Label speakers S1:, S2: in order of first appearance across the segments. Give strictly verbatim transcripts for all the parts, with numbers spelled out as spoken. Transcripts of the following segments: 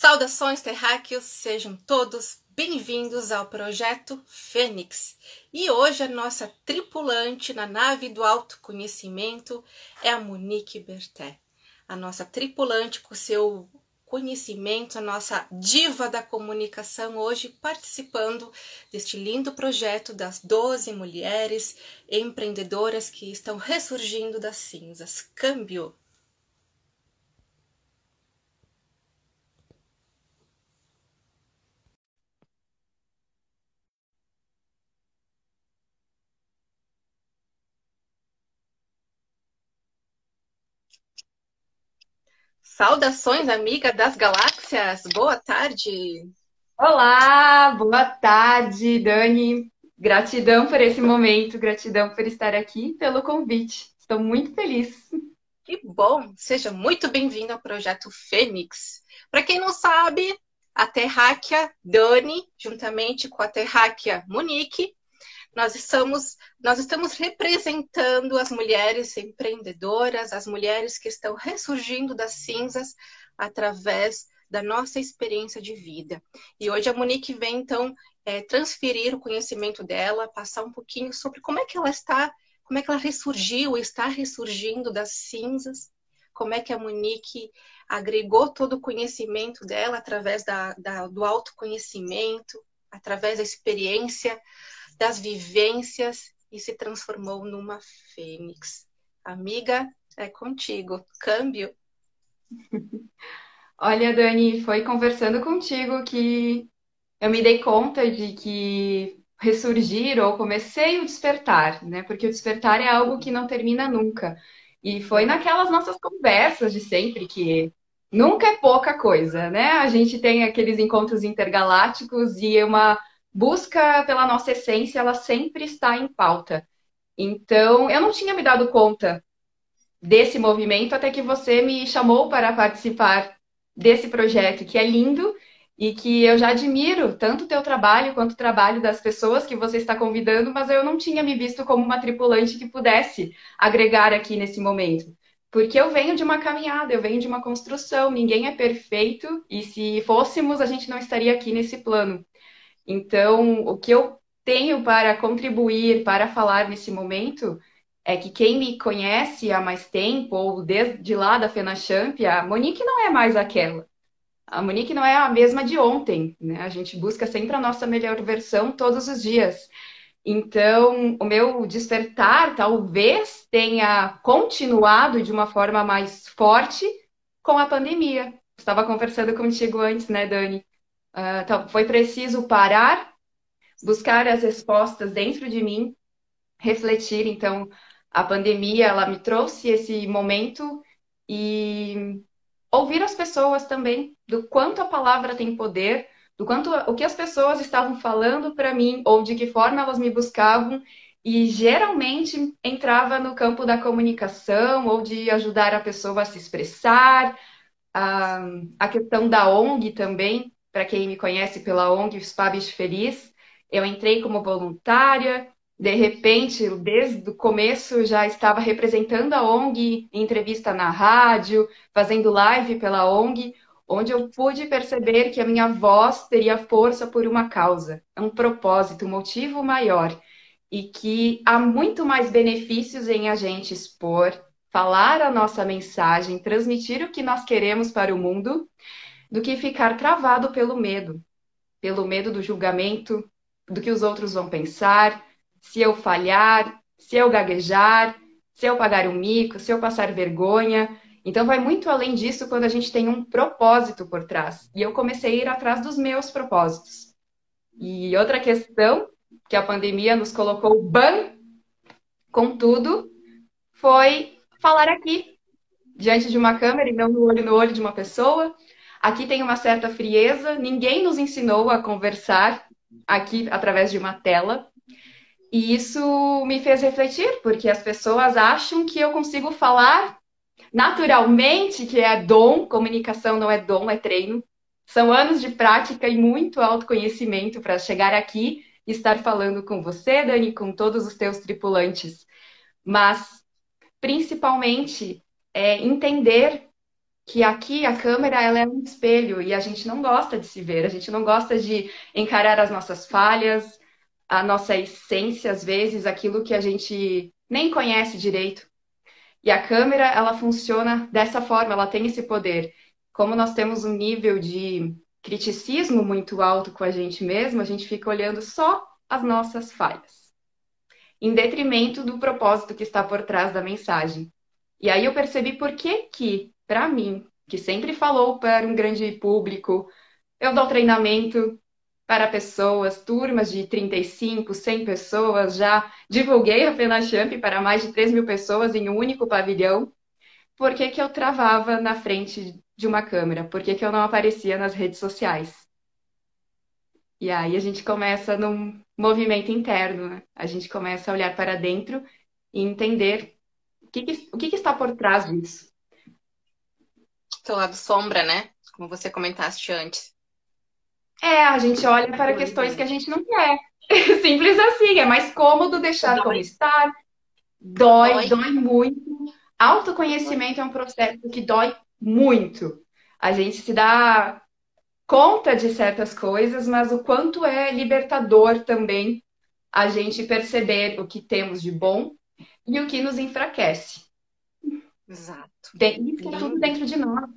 S1: Saudações, terráqueos, sejam todos bem-vindos ao Projeto Fênix. E hoje a nossa tripulante na nave do autoconhecimento é a Monique Berté. A nossa tripulante com seu conhecimento, a nossa diva da comunicação, hoje participando deste lindo projeto das doze mulheres empreendedoras que estão ressurgindo das cinzas. Câmbio! Saudações, amiga das galáxias! Boa tarde!
S2: Olá, boa tarde, Dani. Gratidão por esse momento, gratidão por estar aqui, pelo convite. Estou muito feliz.
S1: Que bom! Seja muito bem-vindo ao Projeto Fênix. Para quem não sabe, a terráquea Dani, juntamente com a terráquea Monique, nós estamos, nós estamos representando as mulheres empreendedoras, as mulheres que estão ressurgindo das cinzas através da nossa experiência de vida. E hoje a Monique vem, então, é, transferir o conhecimento dela, passar um pouquinho sobre como é que ela está, como é que ela ressurgiu, está ressurgindo das cinzas, como é que a Monique agregou todo o conhecimento dela através da, da, do autoconhecimento, através da experiência, das vivências e se transformou numa fênix. Amiga, é contigo. Câmbio.
S2: Olha, Dani, foi conversando contigo que eu me dei conta de que ressurgir ou comecei o despertar, né? Porque o despertar é algo que não termina nunca. E foi
S1: Uhum.
S2: naquelas nossas conversas de sempre que nunca é pouca coisa, né? A gente tem aqueles encontros intergalácticos e uma busca pela nossa essência, ela sempre está em pauta. Então, eu não tinha me dado conta desse movimento até que você me chamou para participar desse projeto, que é lindo e que eu já admiro tanto o teu trabalho quanto o trabalho das pessoas que você está convidando, mas eu não tinha me visto como uma tripulante que pudesse agregar aqui nesse momento. Porque eu venho de uma caminhada, eu venho de uma construção, ninguém é perfeito e se fôssemos, a gente não estaria aqui nesse plano. Então, o que eu tenho para contribuir, para falar nesse momento, é que quem me conhece há mais tempo, ou desde lá da FenaChamp, a Monique não é mais aquela. A Monique não é a mesma de ontem, né? A gente busca sempre a nossa melhor versão todos os dias. Então, o meu despertar talvez tenha continuado de uma forma mais forte com a pandemia. Estava conversando contigo antes, né, Dani? Ah, tá- foi preciso parar, buscar as respostas dentro de mim, refletir. Então, a pandemia, ela me trouxe esse momento e ouvir as pessoas também, do quanto a palavra tem poder, do quanto o que as pessoas estavam falando para mim, ou de que forma elas me buscavam, e geralmente entrava no campo da comunicação, ou de ajudar a pessoa a se expressar, a, a questão da O N G também, para quem me conhece pela O N G, Spa Bicho Feliz, eu entrei como voluntária, de repente, desde o começo, já estava representando a O N G em entrevista na rádio, fazendo live pela O N G, onde eu pude perceber que a minha voz teria força por uma causa, um propósito, um motivo maior, e que há muito mais benefícios em a gente expor, falar a nossa mensagem, transmitir o que nós queremos para o mundo, do que ficar travado pelo medo, pelo medo do julgamento, do que os outros vão pensar, se eu falhar, se eu gaguejar, se eu pagar um mico, se eu passar vergonha. Então vai muito além disso quando a gente tem um propósito por trás. E eu comecei a ir atrás dos meus propósitos. E outra questão que a pandemia nos colocou ban com tudo foi falar aqui, diante de uma câmera e não no olho no olho de uma pessoa. Aqui tem uma certa frieza, ninguém nos ensinou a conversar aqui através de uma tela. E isso me fez refletir, porque as pessoas acham que eu consigo falar naturalmente, que é dom, comunicação não é dom, é treino. São anos de prática e muito autoconhecimento para chegar aqui e estar falando com você, Dani, com todos os teus tripulantes. Mas principalmente é, entender que aqui a câmera ela é um espelho e a gente não gosta de se ver, a gente não gosta de encarar as nossas falhas, a nossa essência, às vezes, aquilo que a gente nem conhece direito. E a câmera, ela funciona dessa forma, ela tem esse poder. Como nós temos um nível de criticismo muito alto com a gente mesmo, a gente fica olhando só as nossas falhas, em detrimento do propósito que está por trás da mensagem. E aí eu percebi por que que, para mim, que sempre falou para um grande público, eu dou treinamento para pessoas, turmas de trinta e cinco, cem pessoas, já divulguei a FenaChamp para mais de três mil pessoas em um único pavilhão. Por que que eu travava na frente de uma câmera? Por que que eu não aparecia nas redes sociais? E aí a gente começa num movimento interno, né? A gente começa a olhar para dentro e entender o que que, o que que está por trás disso.
S1: Seu lado sombra, né? Como você comentaste antes.
S2: É, a gente olha para
S1: Pois
S2: questões que a
S1: é.
S2: gente não quer. Simples assim, é mais cômodo deixar como
S1: Dói,
S2: está. Dói,
S1: dói.
S2: dói muito. Autoconhecimento é um processo que dói muito. A gente se dá conta de certas coisas, mas o quanto é libertador também a gente perceber o que temos de bom e o que nos enfraquece.
S1: Exato.
S2: Tem- Isso é tudo
S1: Lindo.
S2: dentro de nós.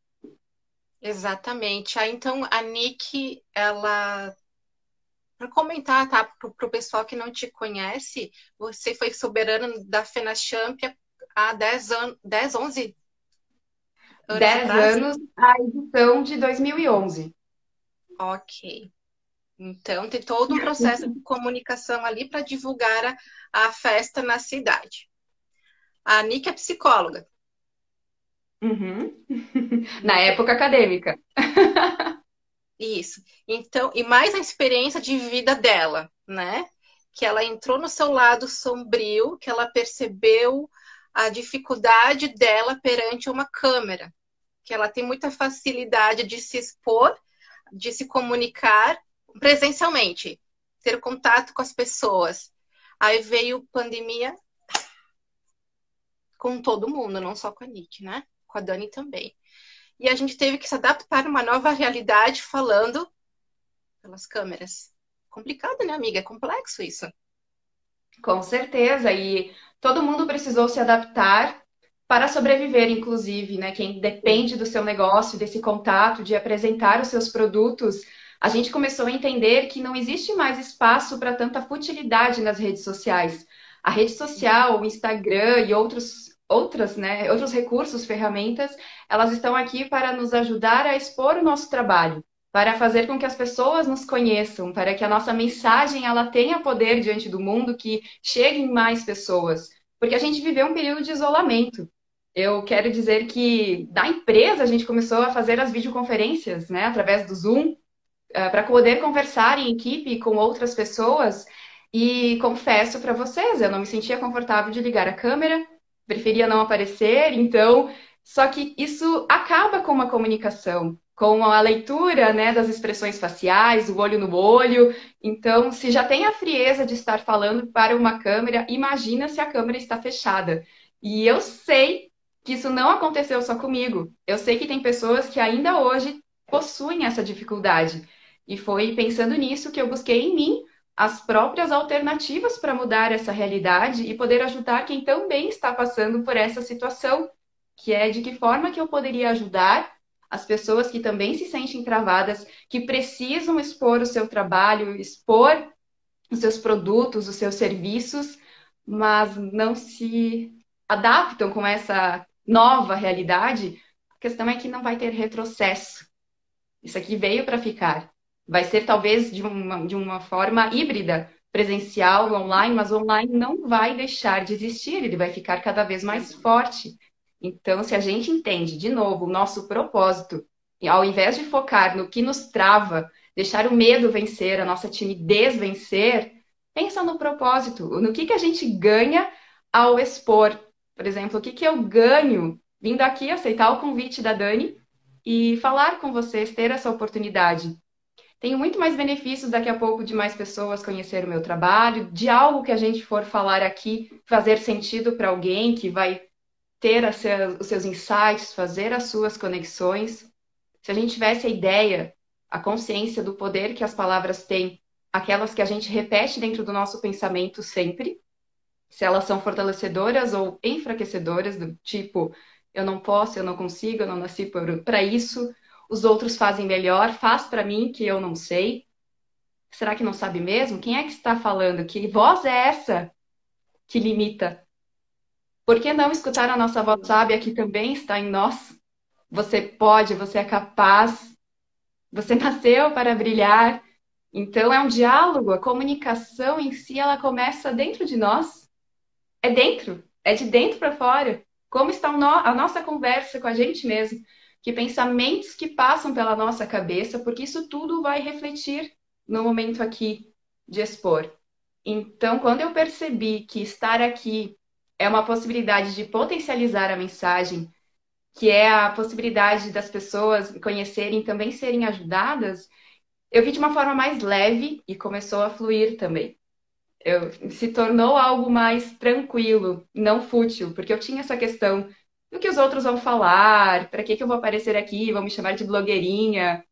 S1: Exatamente. Ah, então, a Nick, ela, para comentar, tá, para o pessoal que não te conhece, você foi soberana da FenaChamp há dez anos, dez, onze anos
S2: Dez
S1: atrás?
S2: anos, a edição de dois mil e onze.
S1: Ok. Então, tem todo um processo de comunicação ali para divulgar a, a festa na cidade. A Nick é psicóloga.
S2: Uhum. Na
S1: Muito
S2: época acadêmica.
S1: isso. Então, e mais a experiência de vida dela, né? Que ela entrou no seu lado sombrio, que ela percebeu a dificuldade dela perante uma câmera, que ela tem muita facilidade de se expor, de se comunicar presencialmente, ter contato com as pessoas. Aí veio pandemia com todo mundo, não só com a Nick, né? Com a Dani também. E a gente teve que se adaptar a uma nova realidade falando pelas câmeras. Complicado, né, amiga? É complexo isso.
S2: Com certeza. E todo mundo precisou se adaptar para sobreviver, inclusive, né? Quem depende do seu negócio, desse contato, de apresentar os seus produtos, a gente começou a entender que não existe mais espaço para tanta futilidade nas redes sociais. A rede social, o Instagram e outros, outras, né, outros recursos, ferramentas, elas estão aqui para nos ajudar a expor o nosso trabalho, para fazer com que as pessoas nos conheçam, para que a nossa mensagem ela tenha poder diante do mundo, que chegue em mais pessoas. Porque a gente viveu um período de isolamento. Eu quero dizer que da empresa a gente começou a fazer as videoconferências, né, através do Zoom, para poder conversar em equipe com outras pessoas. E confesso para vocês, eu não me sentia confortável de ligar a câmera, preferia não aparecer, então, só que isso acaba com uma comunicação, com a leitura, né, das expressões faciais, o olho no olho. Então, se já tem a frieza de estar falando para uma câmera, imagina se a câmera está fechada. E eu sei que isso não aconteceu só comigo. Eu sei que tem pessoas que ainda hoje possuem essa dificuldade. E foi pensando nisso que eu busquei em mim as próprias alternativas para mudar essa realidade e poder ajudar quem também está passando por essa situação, que é de que forma que eu poderia ajudar as pessoas que também se sentem travadas, que precisam expor o seu trabalho, expor os seus produtos, os seus serviços, mas não se adaptam com essa nova realidade. A questão é que não vai ter retrocesso. Isso aqui veio para ficar. Vai ser talvez de uma, de uma forma híbrida, presencial, online, mas online não vai deixar de existir, ele vai ficar cada vez mais forte. Então, se a gente entende, de novo, o nosso propósito, e ao invés de focar no que nos trava, deixar o medo vencer, a nossa timidez vencer, pensa no propósito, no que, que a gente ganha ao expor. Por exemplo, o que, que eu ganho vindo aqui aceitar o convite da Dani e falar com vocês, ter essa oportunidade. Tenho muito mais benefícios daqui a pouco de mais pessoas conhecer o meu trabalho, de algo que a gente for falar aqui fazer sentido para alguém que vai ter as seus, os seus insights, fazer as suas conexões, se a gente tivesse a ideia, a consciência do poder que as palavras têm, aquelas que a gente repete dentro do nosso pensamento sempre, se elas são fortalecedoras ou enfraquecedoras, do tipo, eu não posso, eu não consigo, eu não nasci para isso, os outros fazem melhor, faz para mim que eu não sei. Será que não sabe mesmo? Quem é que está falando? Que voz é essa que limita? Por que não escutar a nossa voz sábia que também está em nós? Você pode, você é capaz, você nasceu para brilhar. Então é um diálogo, a comunicação em si, ela começa dentro de nós. É dentro, é de dentro para fora. Como está a nossa conversa com a gente mesmo? Que pensamentos que passam pela nossa cabeça, porque isso tudo vai refletir no momento aqui de expor. Então, quando eu percebi que estar aqui é uma possibilidade de potencializar a mensagem, que é a possibilidade das pessoas me conhecerem e também serem ajudadas, eu vi de uma forma mais leve e começou a fluir também. Eu, se tornou algo mais tranquilo, não fútil, porque eu tinha essa questão do que os outros vão falar, para que que eu vou aparecer aqui, vão me chamar de blogueirinha.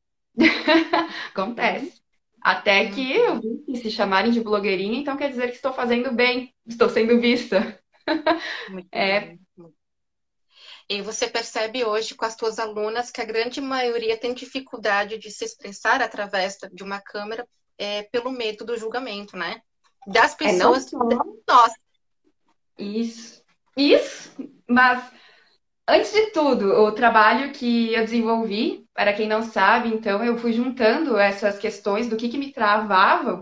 S2: Acontece. Até que eu vi que se chamarem de blogueirinha, então quer dizer que estou fazendo bem, estou sendo vista.
S1: Muito
S2: É,
S1: bem. E você percebe hoje com as suas alunas que a grande maioria tem dificuldade de se expressar através de uma câmera é, pelo medo do julgamento, né? Das
S2: é não
S1: pessoas,
S2: só
S1: nós.
S2: isso, isso, mas antes de tudo, o trabalho que eu desenvolvi, para quem não sabe, então eu fui juntando essas questões do que, que me travavam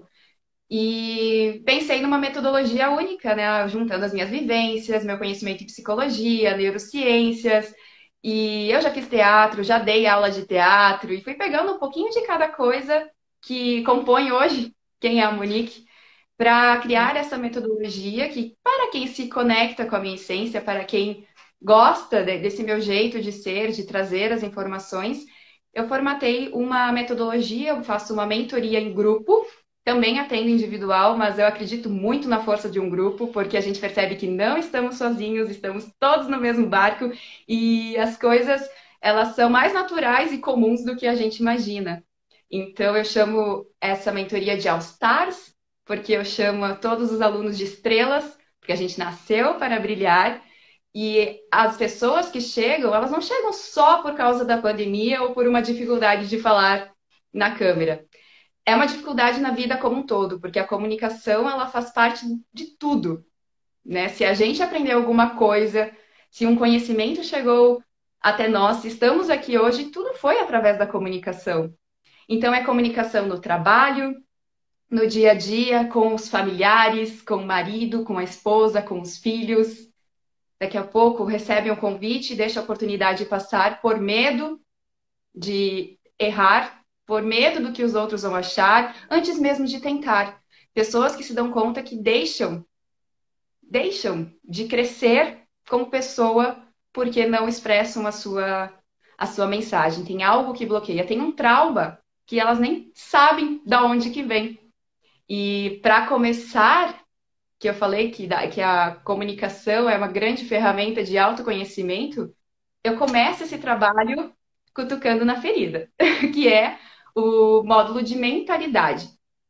S2: e pensei numa metodologia única, né? Juntando as minhas vivências, meu conhecimento em psicologia, neurociências, e eu já fiz teatro, já dei aula de teatro, e fui pegando um pouquinho de cada coisa que compõe hoje quem é a Monique, para criar essa metodologia que, para quem se conecta com a minha essência, para quem gosta de, desse meu jeito de ser, de trazer as informações, eu formatei uma metodologia, eu faço uma mentoria em grupo, também atendo individual, mas eu acredito muito na força de um grupo, porque a gente percebe que não estamos sozinhos, estamos todos no mesmo barco e as coisas, elas são mais naturais e comuns do que a gente imagina. Então, eu chamo essa mentoria de All Stars, porque eu chamo a todos os alunos de estrelas, porque a gente nasceu para brilhar. E as pessoas que chegam, elas não chegam só por causa da pandemia ou por uma dificuldade de falar na câmera. É uma dificuldade na vida como um todo, porque a comunicação, ela faz parte de tudo, né? Se a gente aprendeu alguma coisa, se um conhecimento chegou até nós, se estamos aqui hoje, tudo foi através da comunicação. Então, é comunicação no trabalho, no dia a dia, com os familiares, com o marido, com a esposa, com os filhos. Daqui a pouco recebem um convite, deixa a oportunidade passar por medo de errar, por medo do que os outros vão achar, antes mesmo de tentar. Pessoas que se dão conta que deixam, deixam de crescer como pessoa porque não expressam a sua, a sua mensagem. Tem algo que bloqueia, tem um trauma que elas nem sabem de onde que vem. E para começar, que eu falei que, que a comunicação é uma grande ferramenta de autoconhecimento, eu começo esse trabalho cutucando na ferida, que é o módulo de mentalidade.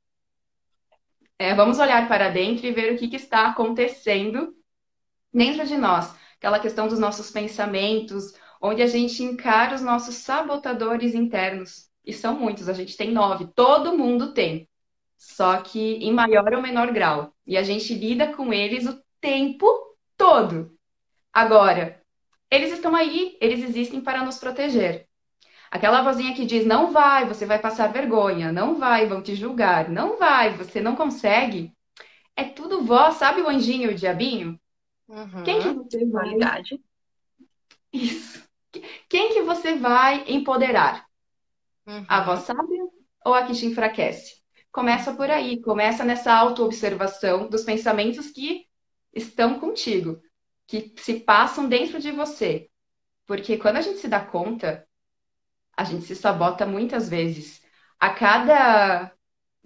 S2: É, vamos olhar para dentro e ver o que, que está acontecendo dentro de nós. Aquela questão dos nossos pensamentos, onde a gente encara os nossos sabotadores internos. E são muitos, a gente tem nove, todo mundo tem. Só que em maior ou menor grau. E a gente lida com eles o tempo todo. Agora, eles estão aí, eles existem para nos proteger. Aquela vozinha que diz, não vai, você vai passar vergonha, não vai, vão te julgar, não vai, você não consegue. É tudo voz, sabe o anjinho e o diabinho? Quem que
S1: Uhum.
S2: você vai...
S1: Qualidade.
S2: Isso. Quem que você vai empoderar? A voz
S1: Uhum.
S2: sábia ou a que te enfraquece? Começa por aí, começa nessa autoobservação dos pensamentos que estão contigo, que se passam dentro de você. Porque quando a gente se dá conta, a gente se sabota muitas vezes. A cada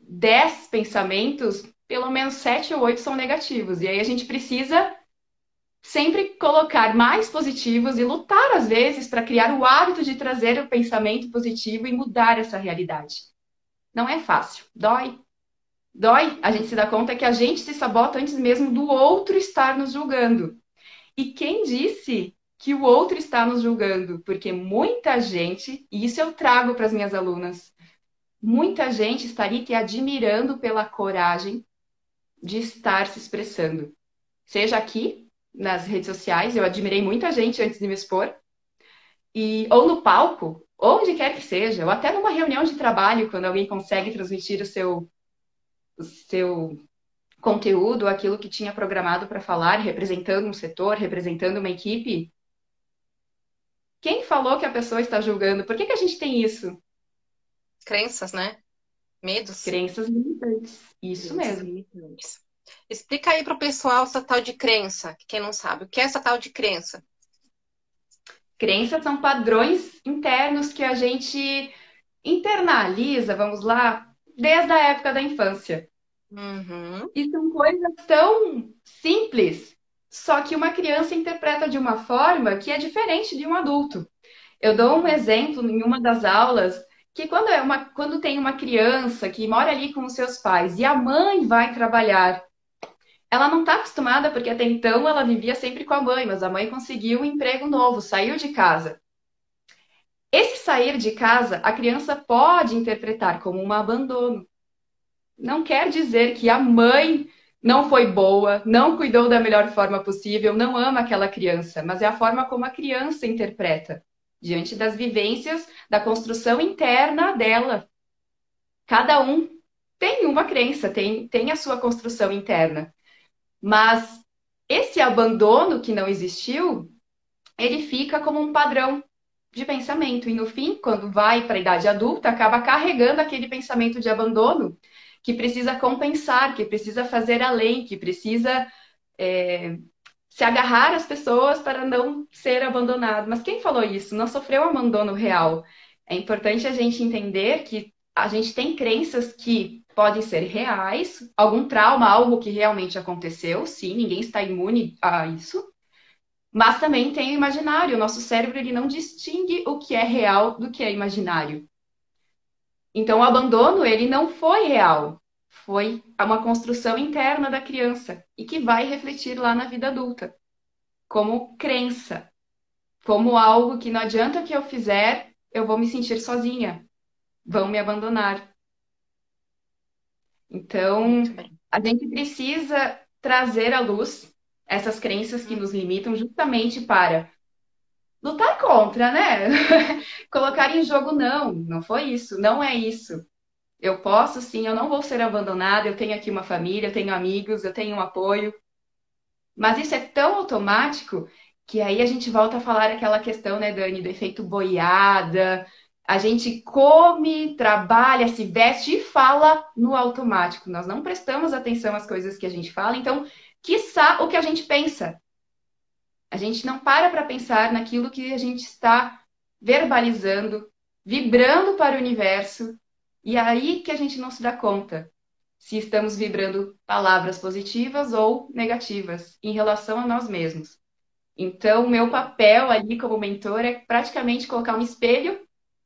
S2: dez pensamentos, pelo menos sete ou oito são negativos. E aí a gente precisa sempre colocar mais positivos e lutar, às vezes, para criar o hábito de trazer o pensamento positivo e mudar essa realidade. Não é fácil, dói. Dói a gente se dá conta que a gente se sabota antes mesmo do outro estar nos julgando. E quem disse que o outro está nos julgando? Porque muita gente, e isso eu trago para as minhas alunas, muita gente estaria te admirando pela coragem de estar se expressando. Seja aqui, nas redes sociais, eu admirei muita gente antes de me expor, e, ou no palco, onde quer que seja, ou até numa reunião de trabalho, quando alguém consegue transmitir o seu, o seu conteúdo, aquilo que tinha programado para falar, representando um setor, representando uma equipe. Quem falou que a pessoa está julgando? Por que que a gente tem isso?
S1: Crenças, né? Medos.
S2: Crenças limitantes. Isso
S1: Crenças
S2: mesmo.
S1: limitantes. Explica aí pro pessoal essa tal de crença, quem não sabe. O que é essa tal de crença?
S2: Crenças são padrões internos que a gente internaliza, vamos lá, desde a época da infância.
S1: Uhum.
S2: E são coisas tão simples, só que uma criança interpreta de uma forma que é diferente de um adulto. Eu dou um exemplo em uma das aulas que quando, é uma, quando tem uma criança que mora ali com os seus pais e a mãe vai trabalhar, ela não está acostumada porque até então ela vivia sempre com a mãe, mas a mãe conseguiu um emprego novo, saiu de casa. Esse sair de casa, a criança pode interpretar como um abandono. Não quer dizer que a mãe não foi boa, não cuidou da melhor forma possível, não ama aquela criança, mas é a forma como a criança interpreta, diante das vivências, da construção interna dela. Cada um tem uma crença, tem, tem a sua construção interna. Mas esse abandono que não existiu, ele fica como um padrão de pensamento. E no fim, quando vai para a idade adulta, acaba carregando aquele pensamento de abandono que precisa compensar, que precisa fazer além, que precisa é, se agarrar às pessoas para não ser abandonado. Mas quem falou isso? Não sofreu abandono real. É importante a gente entender que a gente tem crenças que podem ser reais, algum trauma, algo que realmente aconteceu, sim, ninguém está imune a isso. Mas também tem o imaginário. O nosso cérebro ele não distingue o que é real do que é imaginário. Então, o abandono ele não foi real. Foi uma construção interna da criança e que vai refletir lá na vida adulta, como crença, como algo que não adianta o que eu fizer, eu vou me sentir sozinha, vão me abandonar. Então, a gente precisa trazer à luz essas crenças que nos limitam justamente para lutar contra, né? Colocar em jogo, não, não foi isso, não é isso. Eu posso sim, eu não vou ser abandonada, eu tenho aqui uma família, eu tenho amigos, eu tenho um apoio. Mas isso é tão automático que aí a gente volta a falar aquela questão, né, Dani, do efeito boiada. A gente come, trabalha, se veste e fala no automático. Nós não prestamos atenção às coisas que a gente fala, então, quiçá o que a gente pensa. A gente não para para pensar naquilo que a gente está verbalizando, vibrando para o universo, e é aí que a gente não se dá conta se estamos vibrando palavras positivas ou negativas em relação a nós mesmos. Então, meu papel ali como mentor é praticamente colocar um espelho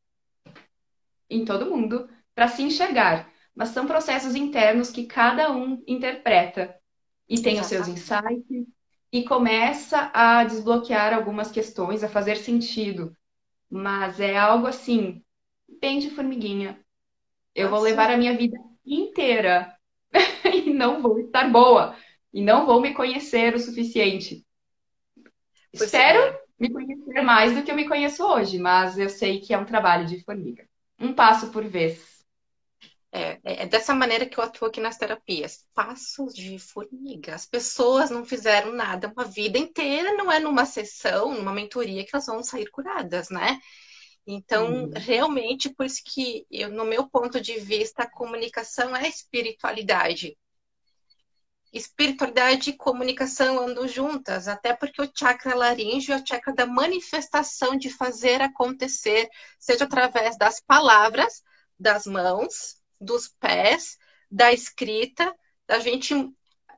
S2: em todo mundo para se enxergar. Mas são processos internos que cada um interpreta e tem os seus insights e começa a desbloquear algumas questões, a fazer sentido. Mas é algo assim, bem de formiguinha. Eu vou levar a minha vida inteira e não vou estar boa. E não vou me conhecer o suficiente.
S1: Pois
S2: Espero
S1: é.
S2: me conhecer mais do que eu me conheço hoje, mas eu sei que é um trabalho de formiga. Um passo por vez.
S1: É, é dessa maneira que eu atuo aqui nas terapias. Passos de formiga. As pessoas não fizeram nada uma vida inteira, não é numa sessão, numa mentoria que elas vão sair curadas, né? Então,
S2: Hum.
S1: realmente, por isso que, eu, no meu ponto de vista, a comunicação é espiritualidade. Espiritualidade e comunicação andam juntas, até porque o chakra laríngeo é o chakra da manifestação de fazer acontecer, seja através das palavras, das mãos, dos pés, da escrita, da gente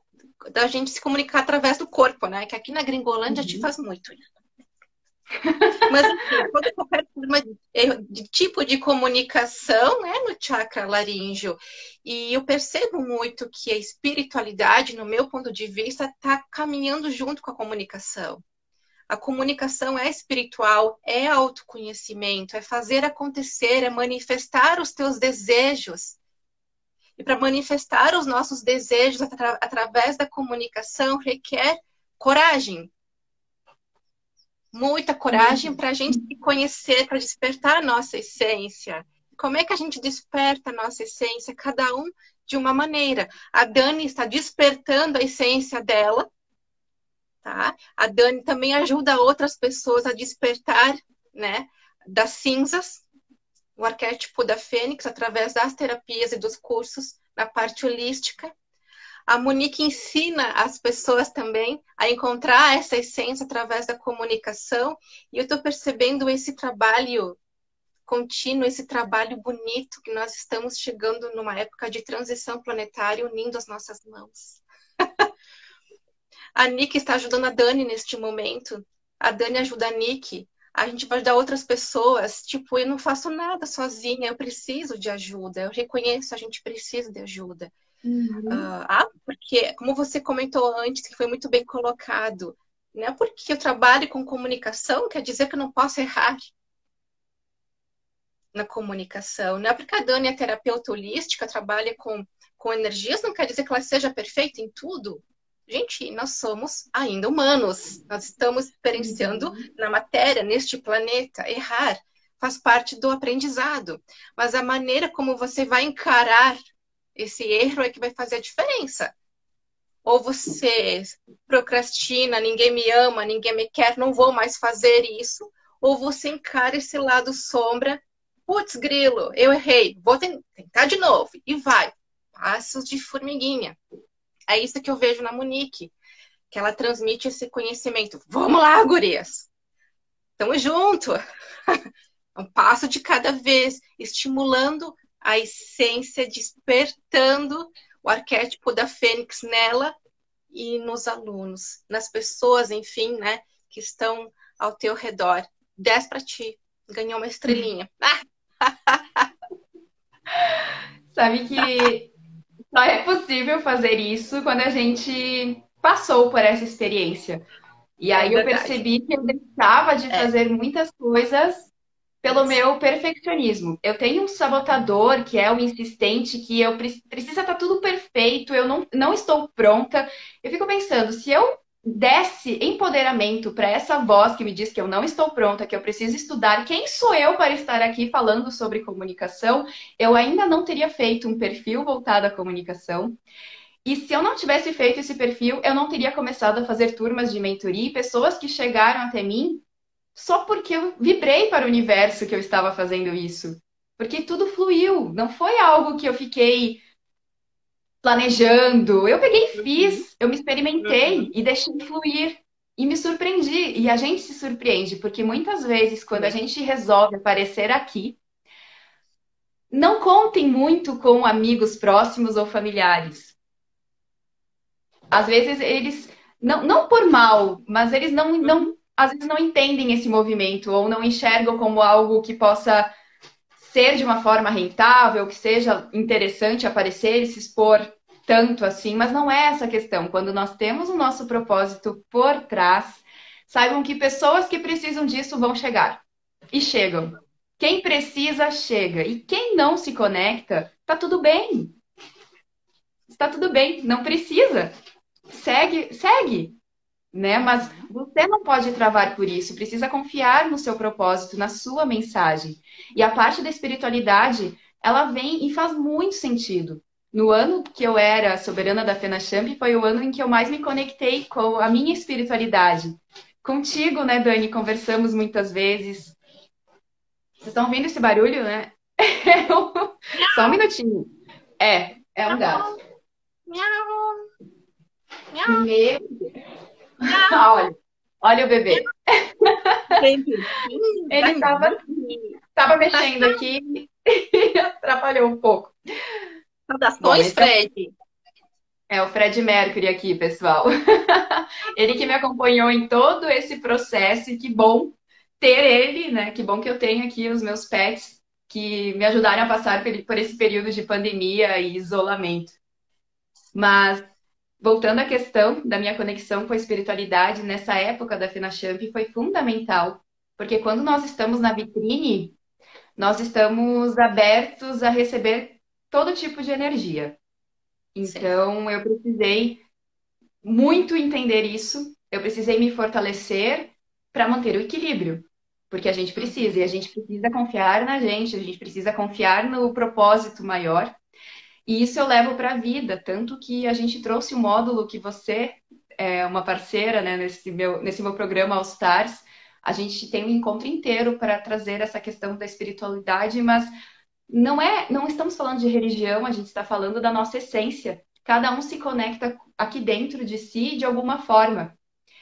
S1: da gente se comunicar através do corpo, né? Que aqui na Gringolândia a gente faz muito isso. Mas assim, toda qualquer forma de, de tipo de comunicação é no chakra laríngeo. E eu percebo muito que a espiritualidade, no meu ponto de vista, está caminhando junto com a comunicação. A comunicação é espiritual, é autoconhecimento, é fazer acontecer, é manifestar os teus desejos. E para manifestar os nossos desejos atra- através da comunicação requer coragem. Muita coragem para a gente se conhecer, para despertar a nossa essência. Como é que a gente desperta a nossa essência? Cada um de uma maneira. A Dani está despertando a essência dela, tá? A Dani também ajuda outras pessoas a despertar, né, das cinzas, o arquétipo da Fênix, através das terapias e dos cursos na parte holística. A Monique ensina as pessoas também a encontrar essa essência através da comunicação. E eu estou percebendo esse trabalho contínuo, esse trabalho bonito, que nós estamos chegando numa época de transição planetária, unindo as nossas mãos. A Nick está ajudando a Dani neste momento. A Dani ajuda a Nick. A gente vai ajudar outras pessoas. Tipo, eu não faço nada sozinha, eu preciso de ajuda. Eu reconheço, a gente precisa de ajuda.
S2: Uhum.
S1: Ah, porque, como você comentou antes, que foi muito bem colocado, não é porque eu trabalho com comunicação, quer dizer que eu não posso errar na comunicação. Não é porque a Dani é terapeuta holística, trabalha com, com energias, não quer dizer que ela seja perfeita em tudo. Gente, nós somos ainda humanos. Nós estamos experienciando
S2: Uhum.
S1: na matéria, neste planeta. Errar faz parte do aprendizado. Mas a maneira como você vai encarar esse erro é que vai fazer a diferença. Ou você procrastina, ninguém me ama, ninguém me quer, não vou mais fazer isso. Ou você encara esse lado sombra, putz, grilo, eu errei, vou tentar de novo. E vai, passos de formiguinha. É isso que eu vejo na Monique, que ela transmite esse conhecimento. Vamos lá, gurias! Tamo junto! Um passo de cada vez, estimulando a essência, despertando o arquétipo da Fênix nela e nos alunos, nas pessoas, enfim, né, que estão ao teu redor. dez para ti, ganhou uma estrelinha.
S2: Sabe que só é possível fazer isso quando a gente passou por essa experiência. E
S1: É
S2: aí eu
S1: verdade.
S2: percebi que eu deixava de
S1: É.
S2: fazer muitas coisas pelo meu perfeccionismo. Eu tenho um sabotador, que é o insistente, que eu pre- precisa estar tudo perfeito, eu não, não estou pronta. Eu fico pensando, se eu desse empoderamento para essa voz que me diz que eu não estou pronta, que eu preciso estudar, quem sou eu para estar aqui falando sobre comunicação? Eu ainda não teria feito um perfil voltado à comunicação. E se eu não tivesse feito esse perfil, eu não teria começado a fazer turmas de mentoria e pessoas que chegaram até mim só porque eu vibrei para o universo que eu estava fazendo isso. Porque tudo fluiu, não foi algo que eu fiquei planejando. Eu peguei e
S1: Uhum,
S2: fiz, eu me experimentei
S1: uhum.
S2: e deixei fluir. E me surpreendi. E a gente se surpreende, porque muitas vezes, quando a
S1: Sim.
S2: gente resolve aparecer aqui, não contem muito com amigos próximos ou familiares. Às vezes eles, não, não por mal, mas eles não,
S1: Uhum.
S2: não, às vezes não entendem esse movimento ou não enxergam como algo que possa ser de uma forma rentável, que seja interessante aparecer e se expor tanto assim, mas não é essa a questão. Quando nós temos o nosso propósito por trás, saibam que pessoas que precisam disso vão chegar. E chegam. Quem precisa, chega. E quem não se conecta, tá tudo bem. Está tudo bem, não precisa. Segue, segue, né? Mas você não pode travar por isso, precisa confiar no seu propósito, na sua mensagem. E a parte da espiritualidade, ela vem e faz muito sentido. No ano que eu era soberana da FenaChamp, foi o ano em que eu mais me conectei com a minha espiritualidade. Contigo, né, Dani? Conversamos muitas vezes. Vocês estão ouvindo esse barulho, né? Só um minutinho. É, é um gato.
S1: Miau, miau,
S2: Meu,
S1: miau.
S2: olha, olha o bebê.
S1: Bem bonitinho,
S2: Ele
S1: bem
S2: estava
S1: bonitinho.
S2: tava mexendo aqui e atrapalhou um pouco. Bom,
S1: Saudações,
S2: esse é,
S1: Fred.
S2: É o Fred Mercury aqui, pessoal. Ele que me acompanhou em todo esse processo e que bom ter ele, né? Que bom que eu tenho aqui os meus pets que me ajudaram a passar por esse período de pandemia e isolamento. Mas voltando à questão da minha conexão com a espiritualidade nessa época da FenaChamp foi fundamental, porque quando nós estamos na vitrine, nós estamos abertos a receber todo tipo de energia.
S1: Sim.
S2: Então, eu precisei muito entender isso, eu precisei me fortalecer para manter o equilíbrio, porque a gente precisa,
S1: Uhum.
S2: e a gente precisa confiar na gente, a gente precisa confiar no propósito maior. E isso eu levo para a vida, tanto que a gente trouxe um módulo que você é uma parceira, né, nesse meu, nesse meu programa All Stars. A gente tem um encontro inteiro para trazer essa questão da espiritualidade, mas não é, não estamos falando de religião, a gente está falando da nossa essência. Cada um se conecta aqui dentro de si de alguma forma.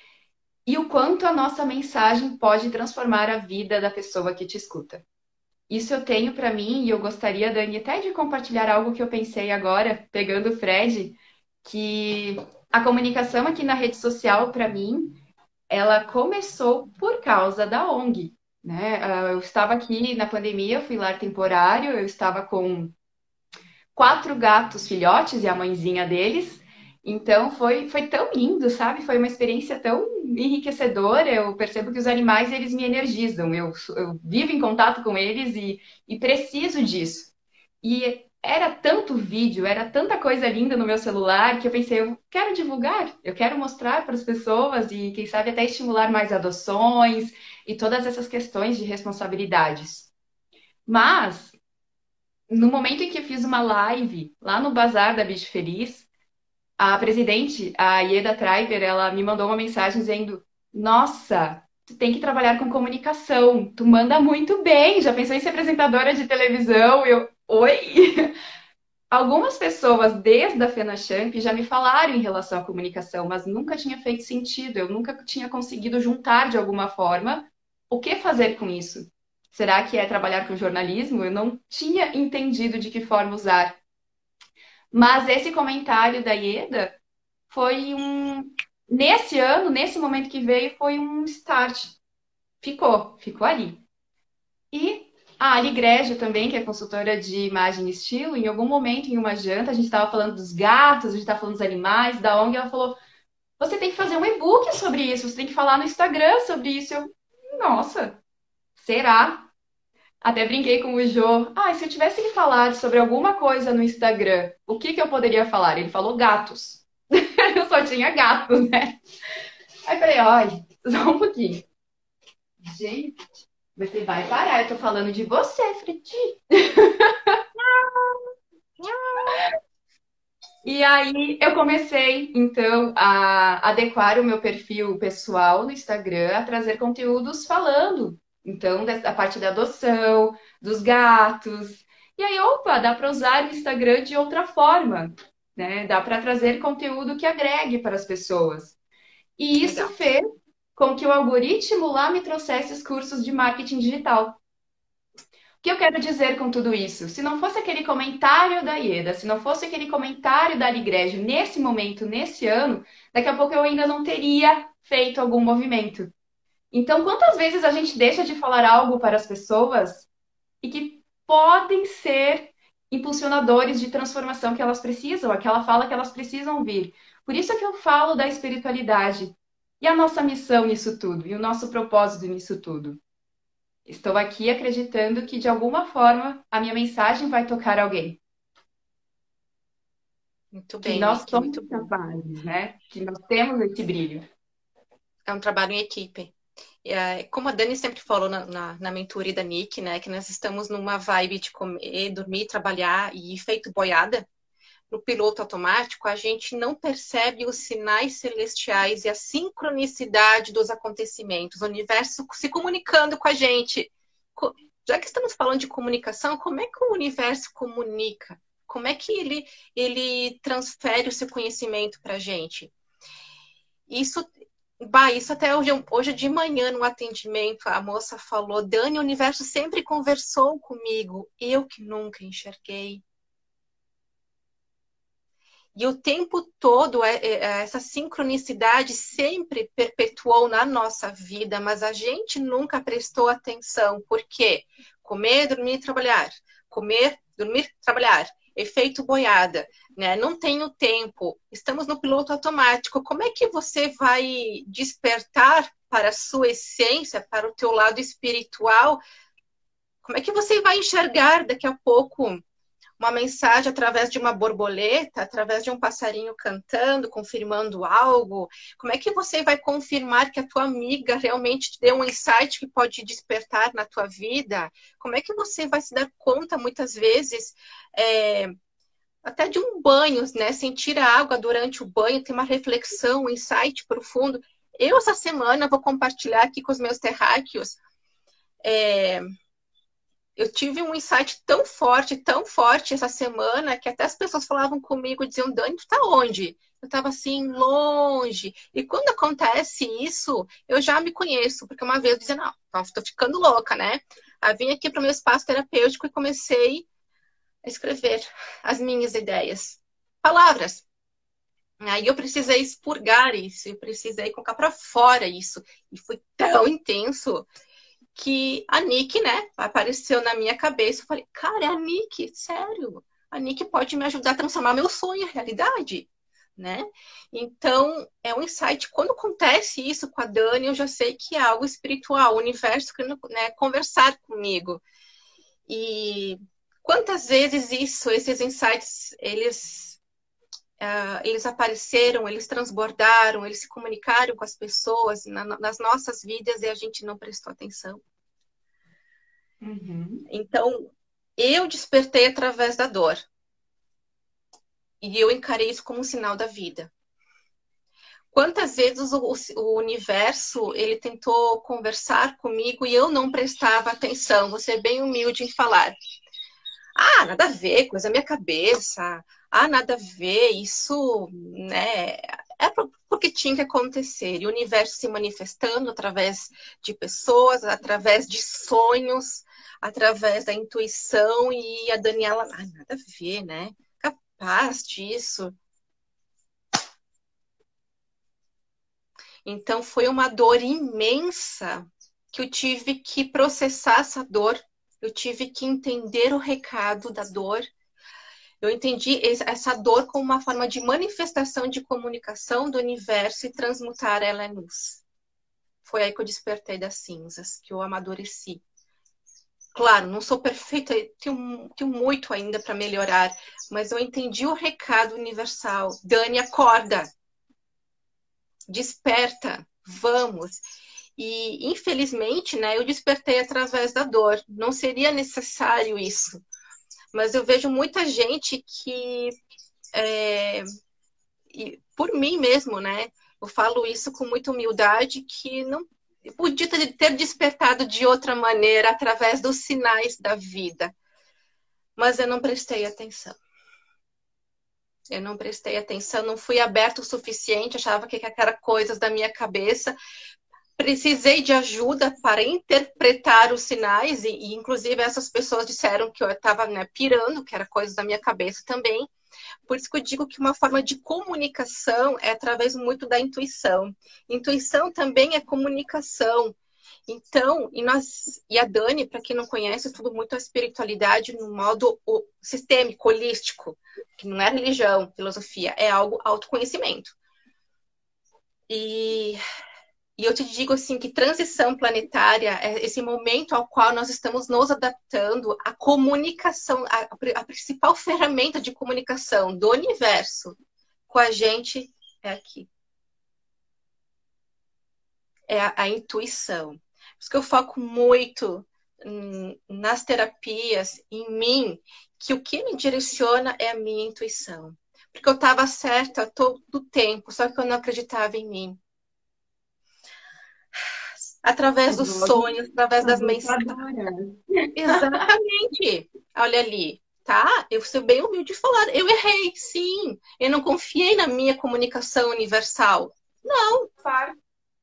S2: E o quanto a nossa mensagem pode transformar a vida da pessoa que te escuta. Isso eu tenho para mim e eu gostaria, Dani, até de compartilhar algo que eu pensei agora, pegando o Fred, que a comunicação aqui na rede social, para mim, ela começou por causa da O N G, né? Ah, eu estava aqui na pandemia, fui lar temporário, eu estava com quatro gatos filhotes e a mãezinha deles. Então foi, foi tão lindo, sabe? Foi uma experiência tão enriquecedora. Eu percebo que os animais eles me energizam. Eu, eu vivo em contato com eles e, e preciso disso. E era tanto vídeo, era tanta coisa linda no meu celular que eu pensei, eu quero divulgar, eu quero mostrar para as pessoas e, quem sabe, até estimular mais adoções e todas essas questões de responsabilidades. Mas no momento em que eu fiz uma live lá no Bazar da Bicho Feliz, a presidente, a Ieda Treiber, ela me mandou uma mensagem dizendo: Nossa, tu tem que trabalhar com comunicação, tu manda muito bem, já pensou em ser apresentadora de televisão? Eu, oi? Algumas pessoas desde a FenaChamp já me falaram em relação à comunicação, mas nunca tinha feito sentido, eu nunca tinha conseguido juntar de alguma forma o que fazer com isso. Será que é trabalhar com jornalismo? Eu não tinha entendido de que forma usar. Mas esse comentário da Ieda foi um. Nesse ano, nesse momento que veio, foi um start. Ficou, ficou ali. E a Ali Grégio também, que é consultora de imagem e estilo, em algum momento, em uma janta, a gente estava falando dos gatos, a gente estava falando dos animais, da O N G, ela falou: Você tem que fazer um e-book sobre isso, você tem que falar no Instagram sobre isso. Eu, nossa, será? Até brinquei com o Jô. Ah, se eu tivesse que falar sobre alguma coisa no Instagram, o que que eu poderia falar? Ele falou gatos. Eu só tinha gatos, né? Aí falei, olha, só um pouquinho. Gente, você vai parar, eu tô falando de você, Fredi. E aí eu comecei, então, a adequar o meu perfil pessoal no Instagram, a trazer conteúdos falando, então, da parte da adoção, dos gatos. E aí, opa, dá para usar o Instagram de outra forma, né? Dá para trazer conteúdo que agregue para as pessoas. E isso
S1: Legal.
S2: fez com que o algoritmo lá me trouxesse os cursos de marketing digital. O que eu quero dizer com tudo isso? Se não fosse aquele comentário da Ieda, se não fosse aquele comentário da Ligrégio nesse momento, nesse ano, daqui a pouco eu ainda não teria feito algum movimento. Então, quantas vezes a gente deixa de falar algo para as pessoas e que podem ser impulsionadores de transformação que elas precisam, aquela fala que elas precisam ouvir. Por isso é que eu falo da espiritualidade e a nossa missão nisso tudo, e o nosso propósito nisso tudo. Estou aqui acreditando que, de alguma forma, a minha mensagem vai tocar alguém.
S1: Muito
S2: Que
S1: bem,
S2: nós
S1: Nick, muito
S2: somos
S1: bom.
S2: capazes, né? Que nós temos esse brilho.
S1: É um trabalho em equipe. E, é, como a Dani sempre falou na, na, na mentoria da Nick, né, que nós estamos numa vibe de comer, dormir, trabalhar e feito boiada, no piloto automático, a gente não percebe os sinais celestiais e a sincronicidade dos acontecimentos, o universo se comunicando com a gente. Já que estamos falando de comunicação, como é que o universo comunica? Como é que ele, ele transfere o seu conhecimento para a gente? Isso, bah, isso até hoje, hoje de manhã no atendimento, a moça falou, Dani, o universo sempre conversou comigo, eu que nunca enxerguei. E o tempo todo, essa sincronicidade sempre perpetuou na nossa vida, mas a gente nunca prestou atenção. Por quê? Comer, dormir, trabalhar. Comer, dormir, trabalhar. Efeito boiada, né? Não tenho tempo. Estamos no piloto automático. Como é que você vai despertar para a sua essência, para o teu lado espiritual? Como é que você vai enxergar daqui a pouco uma mensagem através de uma borboleta, através de um passarinho cantando, confirmando algo? Como é que você vai confirmar que a tua amiga realmente te deu um insight que pode despertar na tua vida? Como é que você vai se dar conta, muitas vezes, é, até de um banho, né? Sentir a água durante o banho, ter uma reflexão, um insight profundo. Eu, essa semana, vou compartilhar aqui com os meus terráqueos, é, eu tive um insight tão forte, tão forte essa semana, que até as pessoas falavam comigo, diziam, Dani, tu tá onde? Eu tava assim, longe. E quando acontece isso, eu já me conheço, porque uma vez eu dizia, não, tô ficando louca, né? Aí vim aqui para o meu espaço terapêutico e comecei a escrever as minhas ideias. Palavras. Aí eu precisei expurgar isso, eu precisei colocar para fora isso. E foi tão intenso que a Nick, né, apareceu na minha cabeça. Eu falei, cara, é a Nick, sério. A Nick pode me ajudar a transformar meu sonho em realidade, né? Então, é um insight. Quando acontece isso com a Dani, eu já sei que é algo espiritual, o universo querendo, né, conversar comigo. E quantas vezes isso, esses insights, eles... Uh, eles apareceram, eles transbordaram, eles se comunicaram com as pessoas na, nas nossas vidas e a gente não prestou atenção.
S2: Uhum.
S1: Então, eu despertei através da dor. E eu encarei isso como um sinal da vida. Quantas vezes o, o universo, ele tentou conversar comigo e eu não prestava atenção. Vou ser bem humilde em falar. Ah, nada a ver, coisa da minha cabeça. Ah, nada a ver, isso, né? É porque tinha que acontecer. E o universo se manifestando através de pessoas, através de sonhos, através da intuição. E a Daniela, ah, nada a ver, né? Capaz disso. Então, foi uma dor imensa que eu tive que processar essa dor. Eu tive que entender o recado da dor. Eu entendi essa dor como uma forma de manifestação de comunicação do universo e transmutar ela em luz. Foi aí que eu despertei das cinzas, que eu amadureci. Claro, não sou perfeita, tenho, tenho muito ainda para melhorar, mas eu entendi o recado universal. Dani, acorda! Desperta! Vamos! E, infelizmente, né, eu despertei através da dor. Não seria necessário isso. Mas eu vejo muita gente que, é, e por mim mesmo, né? Eu falo isso com muita humildade, que não podia ter despertado de outra maneira, através dos sinais da vida. Mas eu não prestei atenção. Eu não prestei atenção, não fui aberto o suficiente, achava que era coisas da minha cabeça. Precisei de ajuda para interpretar os sinais, e, e inclusive essas pessoas disseram que eu estava, né, pirando, que era coisa da minha cabeça também. Por isso que eu digo que uma forma de comunicação é através muito da intuição. Intuição também é comunicação. Então, e, nós, e a Dani, para quem não conhece, estuda muito a espiritualidade no modo sistêmico, holístico, que não é religião, filosofia, é algo autoconhecimento. E... E eu te digo assim que transição planetária é esse momento ao qual nós estamos nos adaptando à comunicação, a, a principal ferramenta de comunicação do universo com a gente é aqui. É a, a intuição. Por isso que eu foco muito hum, nas terapias, em mim, que o que me direciona é a minha intuição. Porque eu estava certa todo o tempo, só que eu não acreditava em mim. Através dos sonhos, através das mensagens. Exatamente. Olha ali, tá? Eu sou bem humilde de falar. Eu errei, sim. Eu não confiei na minha comunicação universal. Não.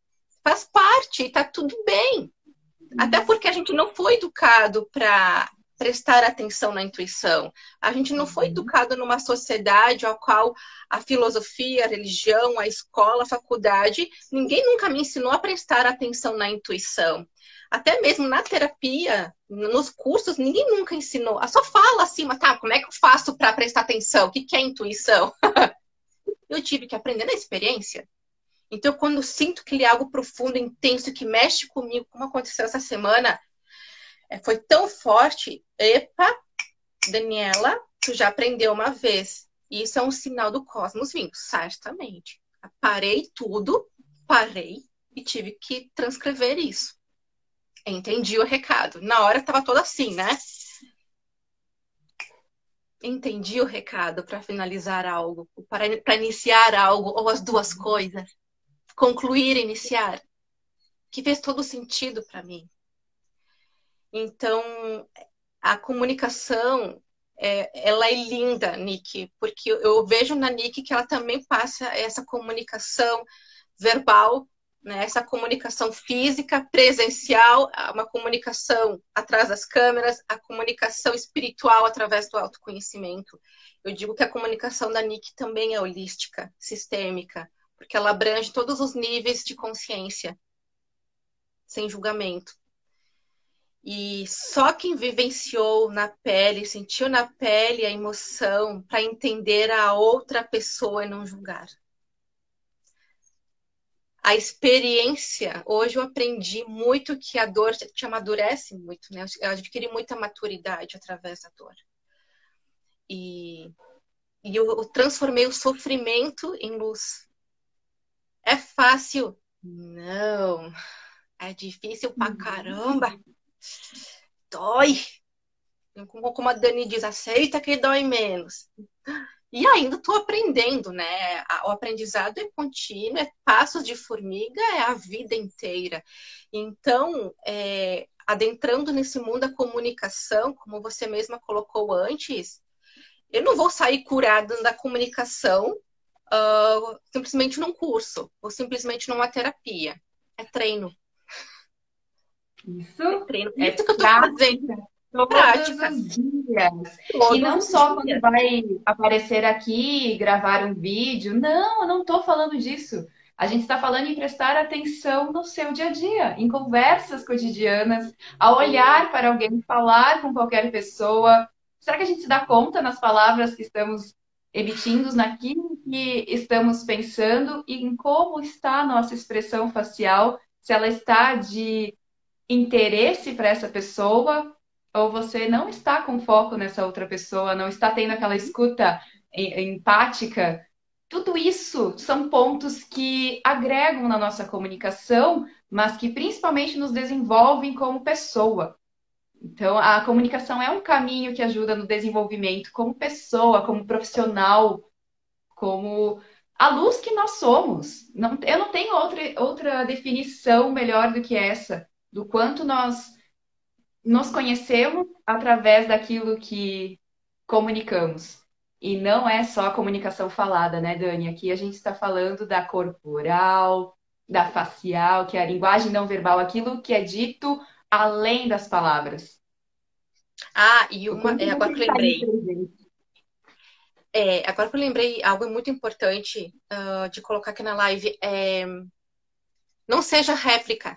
S1: Faz parte, tá tudo bem. Até porque a gente não foi educado para prestar atenção na intuição. A gente não foi educado numa sociedade a qual a filosofia, a religião, a escola, a faculdade, ninguém nunca me ensinou a prestar atenção na intuição. Até mesmo na terapia, nos cursos, ninguém nunca ensinou. Só fala assim, mas tá, como é que eu faço para prestar atenção? O que é intuição? Eu tive que aprender na experiência. Então, quando eu sinto que ele é algo profundo, intenso, que mexe comigo, como aconteceu essa semana, foi tão forte. Epa, Daniela, tu já aprendeu uma vez. Isso é um sinal do cosmos vindo, certamente. Parei tudo, parei e tive que transcrever isso. Entendi o recado. Na hora estava toda assim, né? Entendi o recado para finalizar algo, para iniciar algo, ou as duas coisas. Concluir, iniciar. Que fez todo sentido para mim. Então, a comunicação, é, ela é linda, Nick, porque eu vejo na Nick que ela também passa essa comunicação verbal, né, essa comunicação física, presencial, uma comunicação atrás das câmeras, a comunicação espiritual através do autoconhecimento. Eu digo que a comunicação da Nick também é holística, sistêmica, porque ela abrange todos os níveis de consciência, sem julgamento. E só quem vivenciou na pele, sentiu na pele a emoção para entender a outra pessoa e não julgar. A experiência, hoje eu aprendi muito que a dor te amadurece muito, né? Eu adquiri muita maturidade através da dor. E, e eu, eu transformei o sofrimento em luz. É fácil? Não. É difícil pra caramba. Dói. Como a Dani diz, aceita que dói menos. E ainda estou aprendendo, né? O aprendizado é contínuo, é passos de formiga, é a vida inteira. Então, é, adentrando nesse mundo da comunicação, como você mesma colocou antes, eu não vou sair curada da comunicação uh, simplesmente num curso, ou simplesmente numa terapia. É treino.
S2: Isso
S1: é treino.
S2: é
S1: isso que eu estou fazendo.
S2: Todos
S1: Prática.
S2: os dias.
S1: Todos
S2: E não
S1: os
S2: só
S1: dias.
S2: quando vai aparecer aqui, gravar um vídeo. Não, eu não estou falando disso. A gente está falando em prestar atenção no seu dia a dia, em conversas cotidianas, a olhar para alguém, falar com qualquer pessoa. Será que a gente se dá conta nas palavras que estamos emitindo, naquilo que estamos pensando e em como está a nossa expressão facial? Se ela está de interesse para essa pessoa, ou você não está com foco nessa outra pessoa, não está tendo aquela escuta empática. Tudo isso são pontos que agregam na nossa comunicação, mas que principalmente nos desenvolvem como pessoa. Então, a comunicação é um caminho que ajuda no desenvolvimento como pessoa, como profissional, como a luz que nós somos. Não, eu não tenho outra, outra definição melhor do que essa, do quanto nós nos conhecemos através daquilo que comunicamos. E não é só a comunicação falada, né, Dani? Aqui a gente está falando da corporal, da facial, que é a linguagem não verbal, aquilo que é dito além das palavras.
S1: Ah, e uma, é, agora que eu lembrei. É, agora que eu lembrei, algo muito importante uh, de colocar aqui na live é não seja réplica.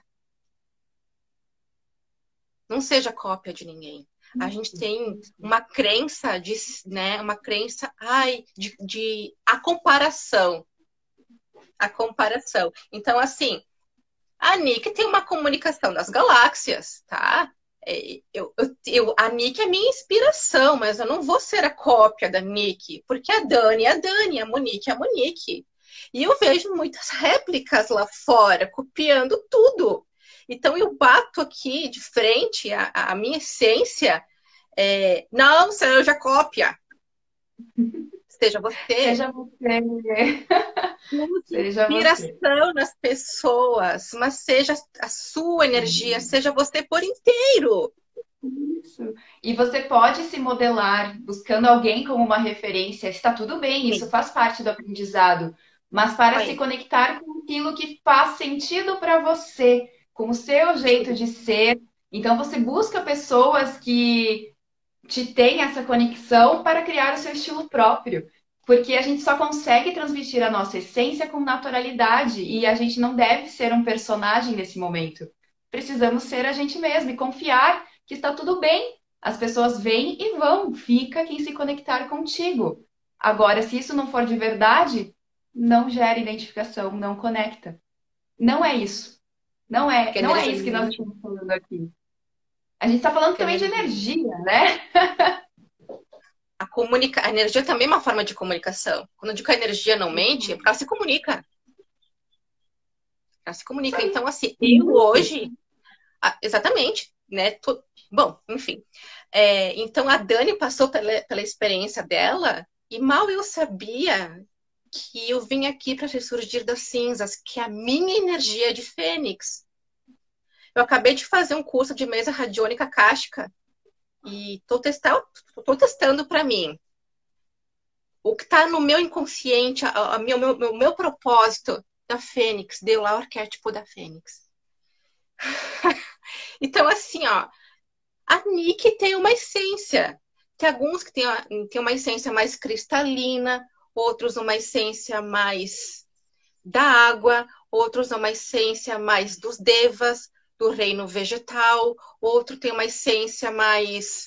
S1: Não seja cópia de ninguém. A gente tem uma crença de, né, uma crença, ai, de, de a comparação. A comparação. Então, assim, a Nick tem uma comunicação das galáxias, tá? Eu, eu, eu, a Nick é minha inspiração, mas eu não vou ser a cópia da Nick, porque a Dani é a Dani, a Monique é a Monique. E eu vejo muitas réplicas lá fora, copiando tudo. Então, eu bato aqui de frente a, a minha essência. É, não seja cópia. Seja você.
S2: Seja você.
S1: Seja inspiração você. Nas pessoas, mas seja a sua energia, Sim. Seja você por inteiro.
S2: Isso. E você pode se modelar buscando alguém como uma referência. Está tudo bem, isso Sim. faz parte do aprendizado. Mas para Aí. se conectar com aquilo que faz sentido para você, com o seu jeito de ser. Então, você busca pessoas que te tem essa conexão para criar o seu estilo próprio. Porque a gente só consegue transmitir a nossa essência com naturalidade e a gente não deve ser um personagem nesse momento. Precisamos ser a gente mesmo e confiar que está tudo bem. As pessoas vêm e vão, fica quem se conectar contigo. Agora, se isso não for de verdade, não gera identificação, não conecta. Não é isso. Não é,
S1: Porque a
S2: não é
S1: energia
S2: isso que nós
S1: mente,
S2: estamos falando aqui. A gente está falando
S1: porque a
S2: também de
S1: energia,
S2: energia, né?
S1: a, comunica, a energia também é uma forma de comunicação. Quando eu digo que a energia não mente, é porque ela se comunica. Ela se
S2: Isso
S1: comunica.
S2: aí.
S1: Então, assim, eu hoje, ah, exatamente, né? Tô, bom, enfim. É, então, a Dani passou pela, pela experiência dela e mal eu sabia que eu vim aqui para ressurgir das cinzas, que a minha energia é de fênix. Eu acabei de fazer um curso de mesa radiônica kástica e estou testando, tô testando para mim. O que está no meu inconsciente, o meu, meu, meu, meu propósito da fênix, deu lá o arquétipo da fênix. Então, assim, ó, a Nick tem uma essência. Tem alguns que têm, têm uma essência mais cristalina, outros uma essência mais da água, outros uma essência mais dos devas, do reino vegetal, outro tem uma essência mais,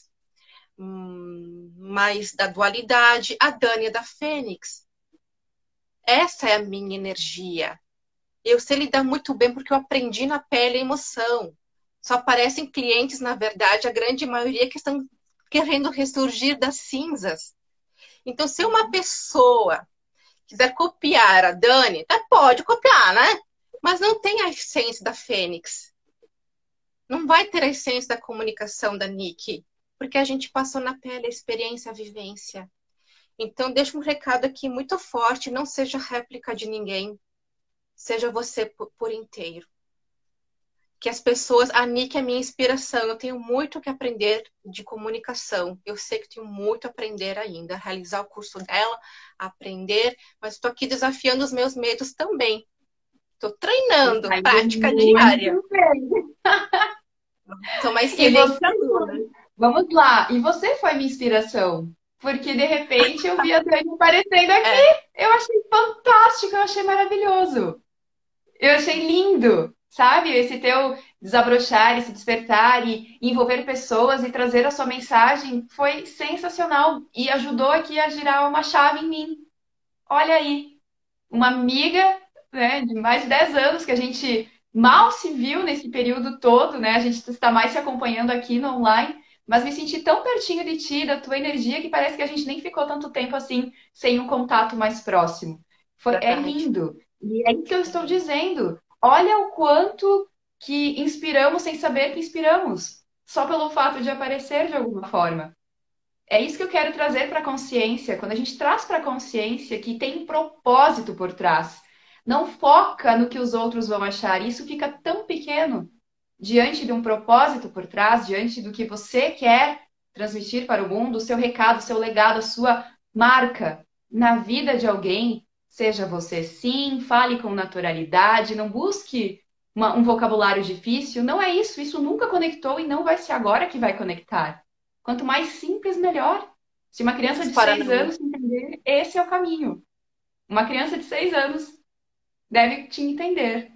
S1: hum, mais da dualidade. A Dani é da Fênix. Essa é a minha energia. Eu sei lidar muito bem porque eu aprendi na pele a emoção. Só aparecem clientes, na verdade, a grande maioria que estão querendo ressurgir das cinzas. Então, se uma pessoa quiser copiar a Dani, até pode copiar, né? Mas não tem a essência da Fênix. Não vai ter a essência da comunicação da Nick, porque a gente passou na pele a experiência, a vivência. Então, deixa um recado aqui muito forte, não seja réplica de ninguém. Seja você por, por inteiro. Que as pessoas... A Nick é minha inspiração. Eu tenho muito que aprender de comunicação. Eu sei que tenho muito a aprender ainda. Realizar o curso dela, aprender. Mas estou aqui desafiando os meus medos também. Estou treinando,
S2: Tá indo
S1: prática diária.
S2: muito bem.
S1: Sou uma
S2: E você,
S1: excelente aluna.
S2: vamos lá. E você foi minha inspiração. Porque de repente eu vi a Dani aparecendo
S1: É,
S2: aqui. Eu achei fantástico, eu achei maravilhoso. Eu achei lindo, sabe? Esse teu desabrochar, esse despertar e envolver pessoas e trazer a sua mensagem foi sensacional e ajudou aqui a girar uma chave em mim. Olha aí, uma amiga, né, de mais de dez anos que a gente mal se viu nesse período todo, né? A gente está mais se acompanhando aqui no online, mas me senti tão pertinho de ti, da tua energia, que parece que a gente nem ficou tanto tempo assim sem um contato mais próximo. Foi, é
S1: verdade.
S2: lindo. E é isso que eu estou dizendo. Olha o quanto que inspiramos sem saber que inspiramos, só pelo fato de aparecer de alguma forma. É isso que eu quero trazer para a consciência. Quando a gente traz para a consciência que tem um propósito por trás, não foca no que os outros vão achar. Isso fica tão pequeno diante de um propósito por trás, diante do que você quer transmitir para o mundo, o seu recado, o seu legado, a sua marca na vida de alguém. Seja você sim, fale com naturalidade, não busque uma- um vocabulário difícil. Não é isso. Isso nunca conectou e não vai ser agora que vai conectar. Quanto mais simples, melhor. Se uma criança de
S1: Para
S2: seis
S1: não...
S2: anos entender, esse é o caminho. Uma criança de seis anos deve te entender.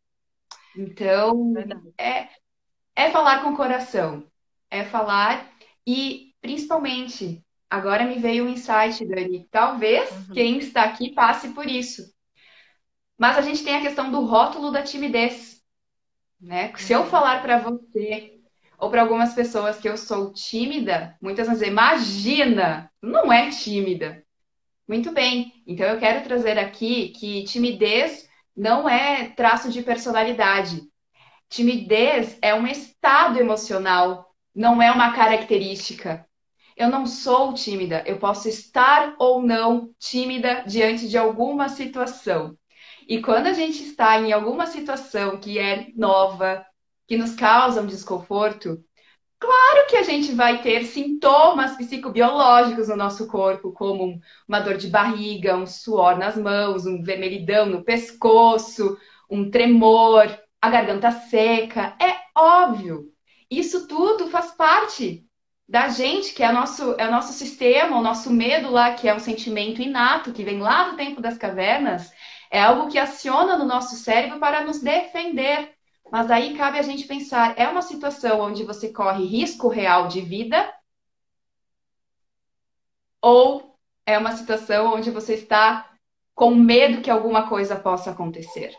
S2: Então,
S1: Verdade.
S2: é, é falar com o coração. É falar e, principalmente, agora me veio um insight, Dani. Talvez
S1: Uhum.
S2: quem está aqui passe por isso. Mas a gente tem a questão do rótulo da timidez, né? Se eu
S1: Uhum.
S2: falar para você ou para algumas pessoas que eu sou tímida, muitas vão dizer, imagina, não é tímida. Muito bem. Então eu quero trazer aqui que timidez não é traço de personalidade. Timidez é um estado emocional, não é uma característica. Eu não sou tímida, eu posso estar ou não tímida diante de alguma situação. E quando a gente está em alguma situação que é nova, que nos causa um desconforto, claro que a gente vai ter sintomas psicobiológicos no nosso corpo, como um- uma dor de barriga, um suor nas mãos, um vermelhidão no pescoço, um tremor, a garganta seca. É óbvio. Isso tudo faz parte. da gente, que é o nosso, é o nosso sistema, o nosso medo lá, que é um sentimento inato, que vem lá do tempo das cavernas, é algo que aciona no nosso cérebro para nos defender. Mas aí cabe a gente pensar, é uma situação onde você corre risco real de vida ou é uma situação onde você está com medo que alguma coisa possa acontecer?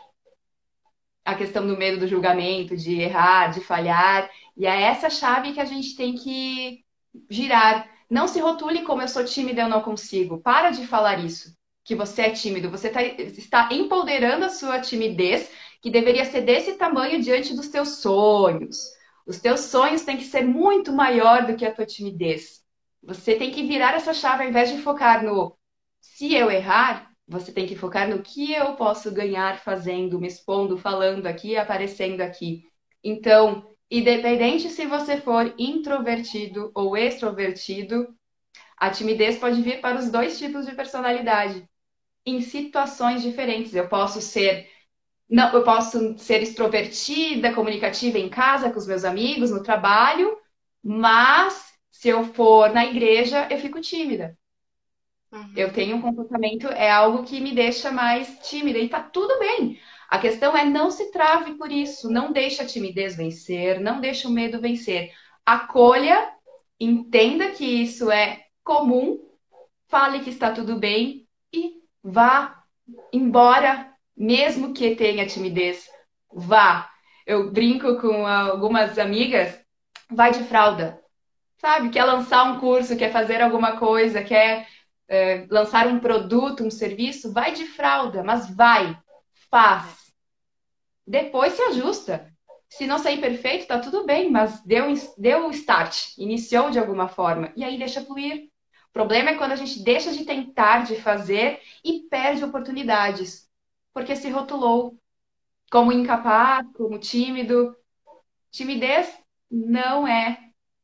S2: A questão do medo do julgamento, de errar, de falhar. E é essa chave que a gente tem que girar. Não se rotule como eu sou tímida, eu não consigo. Para de falar isso, que você é tímido. Você tá, está empoderando a sua timidez, que deveria ser desse tamanho diante dos teus sonhos. Os teus sonhos têm que ser muito maior do que a tua timidez. Você tem que virar essa chave ao invés de focar no se eu errar, você tem que focar no que eu posso ganhar fazendo, me expondo, falando aqui, aparecendo aqui. Então, independente se você for introvertido ou extrovertido, a timidez pode vir para os dois tipos de personalidade, em situações diferentes. Eu posso ser, não, eu posso ser extrovertida, comunicativa em casa, com os meus amigos, no trabalho, mas se eu for na igreja, eu fico tímida. Eu
S1: Uhum.
S2: tenho um comportamento, é algo que me deixa mais tímida e tá tudo bem. A questão é não se trave por isso, não deixe a timidez vencer, não deixe o medo vencer. Acolha, entenda que isso é comum, fale que está tudo bem e vá embora, mesmo que tenha timidez. Vá. Eu brinco com algumas amigas, vai de fralda, sabe? Quer lançar um curso, quer fazer alguma coisa, quer é, lançar um produto, um serviço, vai de fralda, mas vai,
S1: É,
S2: faz. Depois se ajusta. Se não sair perfeito, tá tudo bem, mas deu, deu o start, iniciou de alguma forma, e aí deixa fluir. O problema é quando a gente deixa de tentar, de fazer e perde oportunidades, porque se rotulou como incapaz, como tímido. Timidez não é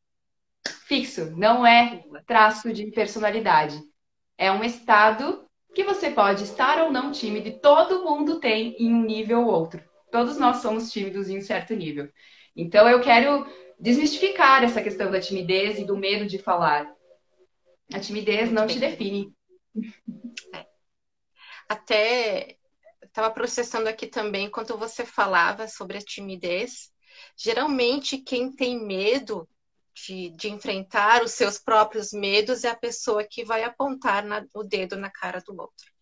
S2: fixo, não é
S1: boa.
S2: traço de personalidade. É um estado que você pode estar ou não tímido, e todo mundo tem em um nível ou outro. Todos nós somos tímidos em um certo nível. Então eu quero desmistificar essa questão da timidez e do medo de falar. A timidez
S1: Muito
S2: não
S1: bem
S2: te
S1: colocado.
S2: define.
S1: É. Até estava processando aqui também, enquanto você falava sobre a timidez. Geralmente, quem tem medo de, de enfrentar os seus próprios medos é a pessoa que vai apontar na, o dedo na cara do outro.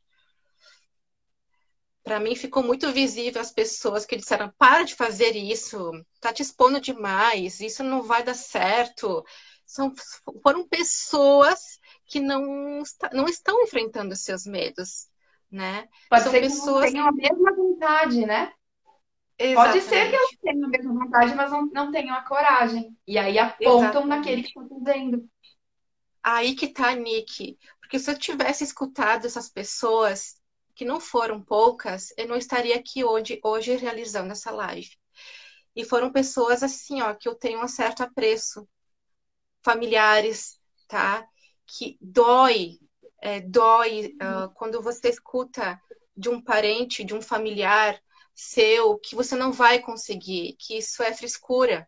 S1: Para mim, ficou muito visível as pessoas que disseram: para de fazer isso, tá te expondo demais, isso não vai dar certo. São, foram pessoas que não, está, não estão enfrentando os seus medos, né?
S2: Pode
S1: São
S2: ser que não
S1: pessoas.
S2: tenham a mesma vontade, né? Pode ser que elas
S1: Exatamente,
S2: tenham a mesma vontade, mas não, não tenham a coragem. E aí apontam naquele que
S1: exatamente.
S2: está fazendo.
S1: Aí que tá, Nick. Porque se eu tivesse escutado essas pessoas, que não foram poucas, eu não estaria aqui hoje, hoje realizando essa live. E foram pessoas assim, ó, que eu tenho um certo apreço, familiares, tá? Que dói, é, dói uh, quando você escuta de um parente, de um familiar seu, que você não vai conseguir, que isso é frescura.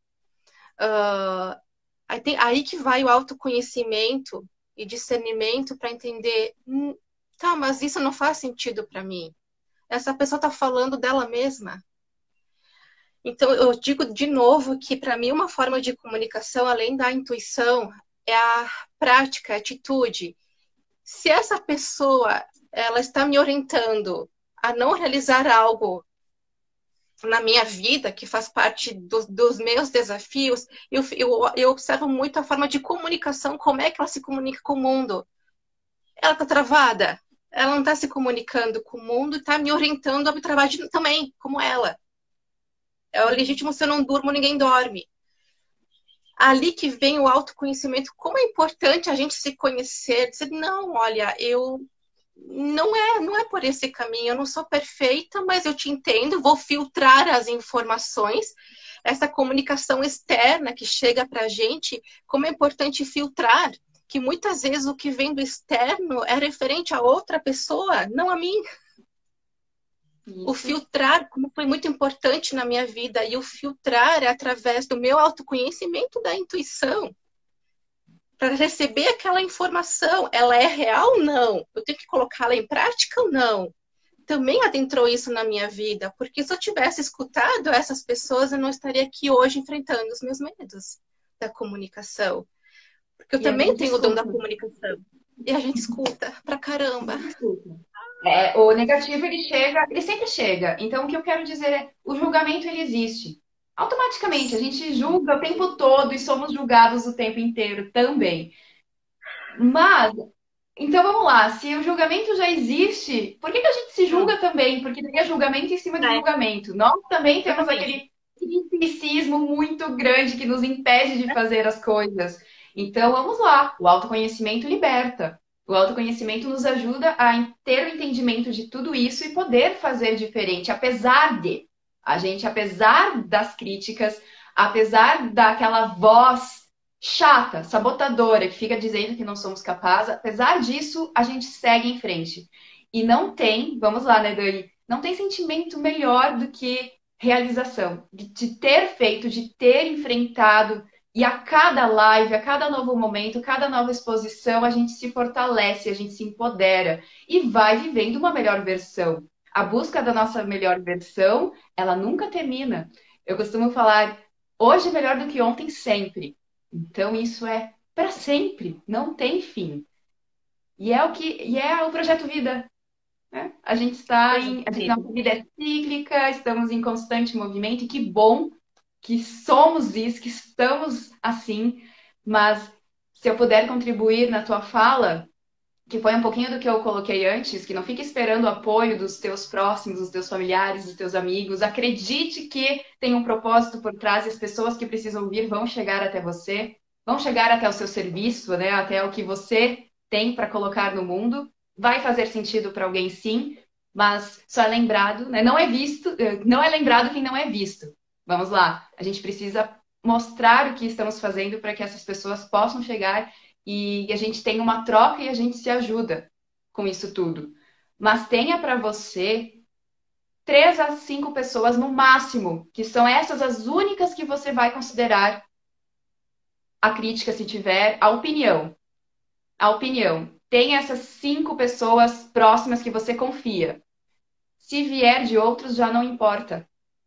S1: Uh, aí, tem, aí que vai o autoconhecimento e discernimento para entender, hum, tá, mas isso não faz sentido para mim. Essa pessoa está falando dela mesma. Então, eu digo de novo que, para mim, uma forma de comunicação, além da intuição, é a prática, a atitude. Se essa pessoa ela está me orientando a não realizar algo na minha vida, que faz parte do, dos meus desafios, eu, eu, eu observo muito a forma de comunicação, como é que ela se comunica com o mundo. Ela está travada, ela não está se comunicando com o mundo e está me orientando a me travar de, também, como ela. É o legítimo: se eu não durmo, ninguém dorme. Ali que vem o autoconhecimento. Como é importante a gente se conhecer, dizer: não, olha, eu não é, não é por esse caminho, eu não sou perfeita, mas eu te entendo, vou filtrar as informações. Essa comunicação externa que chega para a gente, como é importante filtrar, que muitas vezes o que vem do externo é referente a outra pessoa, não a mim. O
S2: Isso.
S1: filtrar, como foi muito importante na minha vida, e o filtrar é através do meu autoconhecimento, da intuição. para receber aquela informação, ela é real ou não? Eu tenho que colocá-la em prática ou não? Também adentrou isso na minha vida, porque se eu tivesse escutado essas pessoas, eu não estaria aqui hoje enfrentando os meus medos da comunicação. Porque eu
S2: E a
S1: também
S2: gente
S1: tenho o dom da
S2: escuta.
S1: comunicação. E a gente escuta pra caramba.
S2: É, o negativo, ele chega, ele sempre chega. Então, o que eu quero dizer é, o julgamento, ele existe. Automaticamente, a gente julga o tempo todo e somos julgados o tempo inteiro também. Mas, então vamos lá, se o julgamento já existe, por que que a gente se
S1: Hum,
S2: julga também? Porque teria julgamento em cima de
S1: é,
S2: julgamento. Nós também temos
S1: exatamente.
S2: aquele criticismo muito grande que nos impede de fazer as coisas. Então vamos lá, o autoconhecimento liberta. O autoconhecimento nos ajuda a ter o entendimento de tudo isso e poder fazer diferente, apesar de a gente, apesar das críticas, apesar daquela voz chata, sabotadora, que fica dizendo que não somos capazes, apesar disso, a gente segue em frente. E não tem, vamos lá, né, Dani? Não tem sentimento melhor do que realização, de, de ter feito, de ter enfrentado. E a cada live, a cada novo momento, cada nova exposição, a gente se fortalece, a gente se empodera e vai vivendo uma melhor versão. A busca da nossa melhor versão, ela nunca termina. Eu costumo falar, hoje é melhor do que ontem, sempre. Então, isso é para sempre, não tem fim. E é o que, e é o projeto Vida, né? A gente está em, a gente, nossa vida é cíclica, estamos em constante movimento, e que bom que somos isso, que estamos assim, mas se eu puder contribuir na tua fala, que foi um pouquinho do que eu coloquei antes, que não fique esperando o apoio dos teus próximos, dos teus familiares, dos teus amigos, acredite que tem um propósito por trás e as pessoas que precisam vir vão chegar até você, vão chegar até o seu serviço, né, até o que você tem para colocar no mundo, vai fazer sentido para alguém sim, mas só é lembrado, né, não é visto, não é lembrado quem não é visto. Vamos lá, a gente precisa mostrar o que estamos fazendo para que essas pessoas possam chegar e a gente tem uma troca e a gente se ajuda com isso tudo. Mas tenha para você três a cinco pessoas no máximo, que são essas as únicas que você vai considerar a crítica, se tiver, a opinião. A opinião. Tem essas cinco pessoas próximas que você confia. Se vier de outros, já não importa.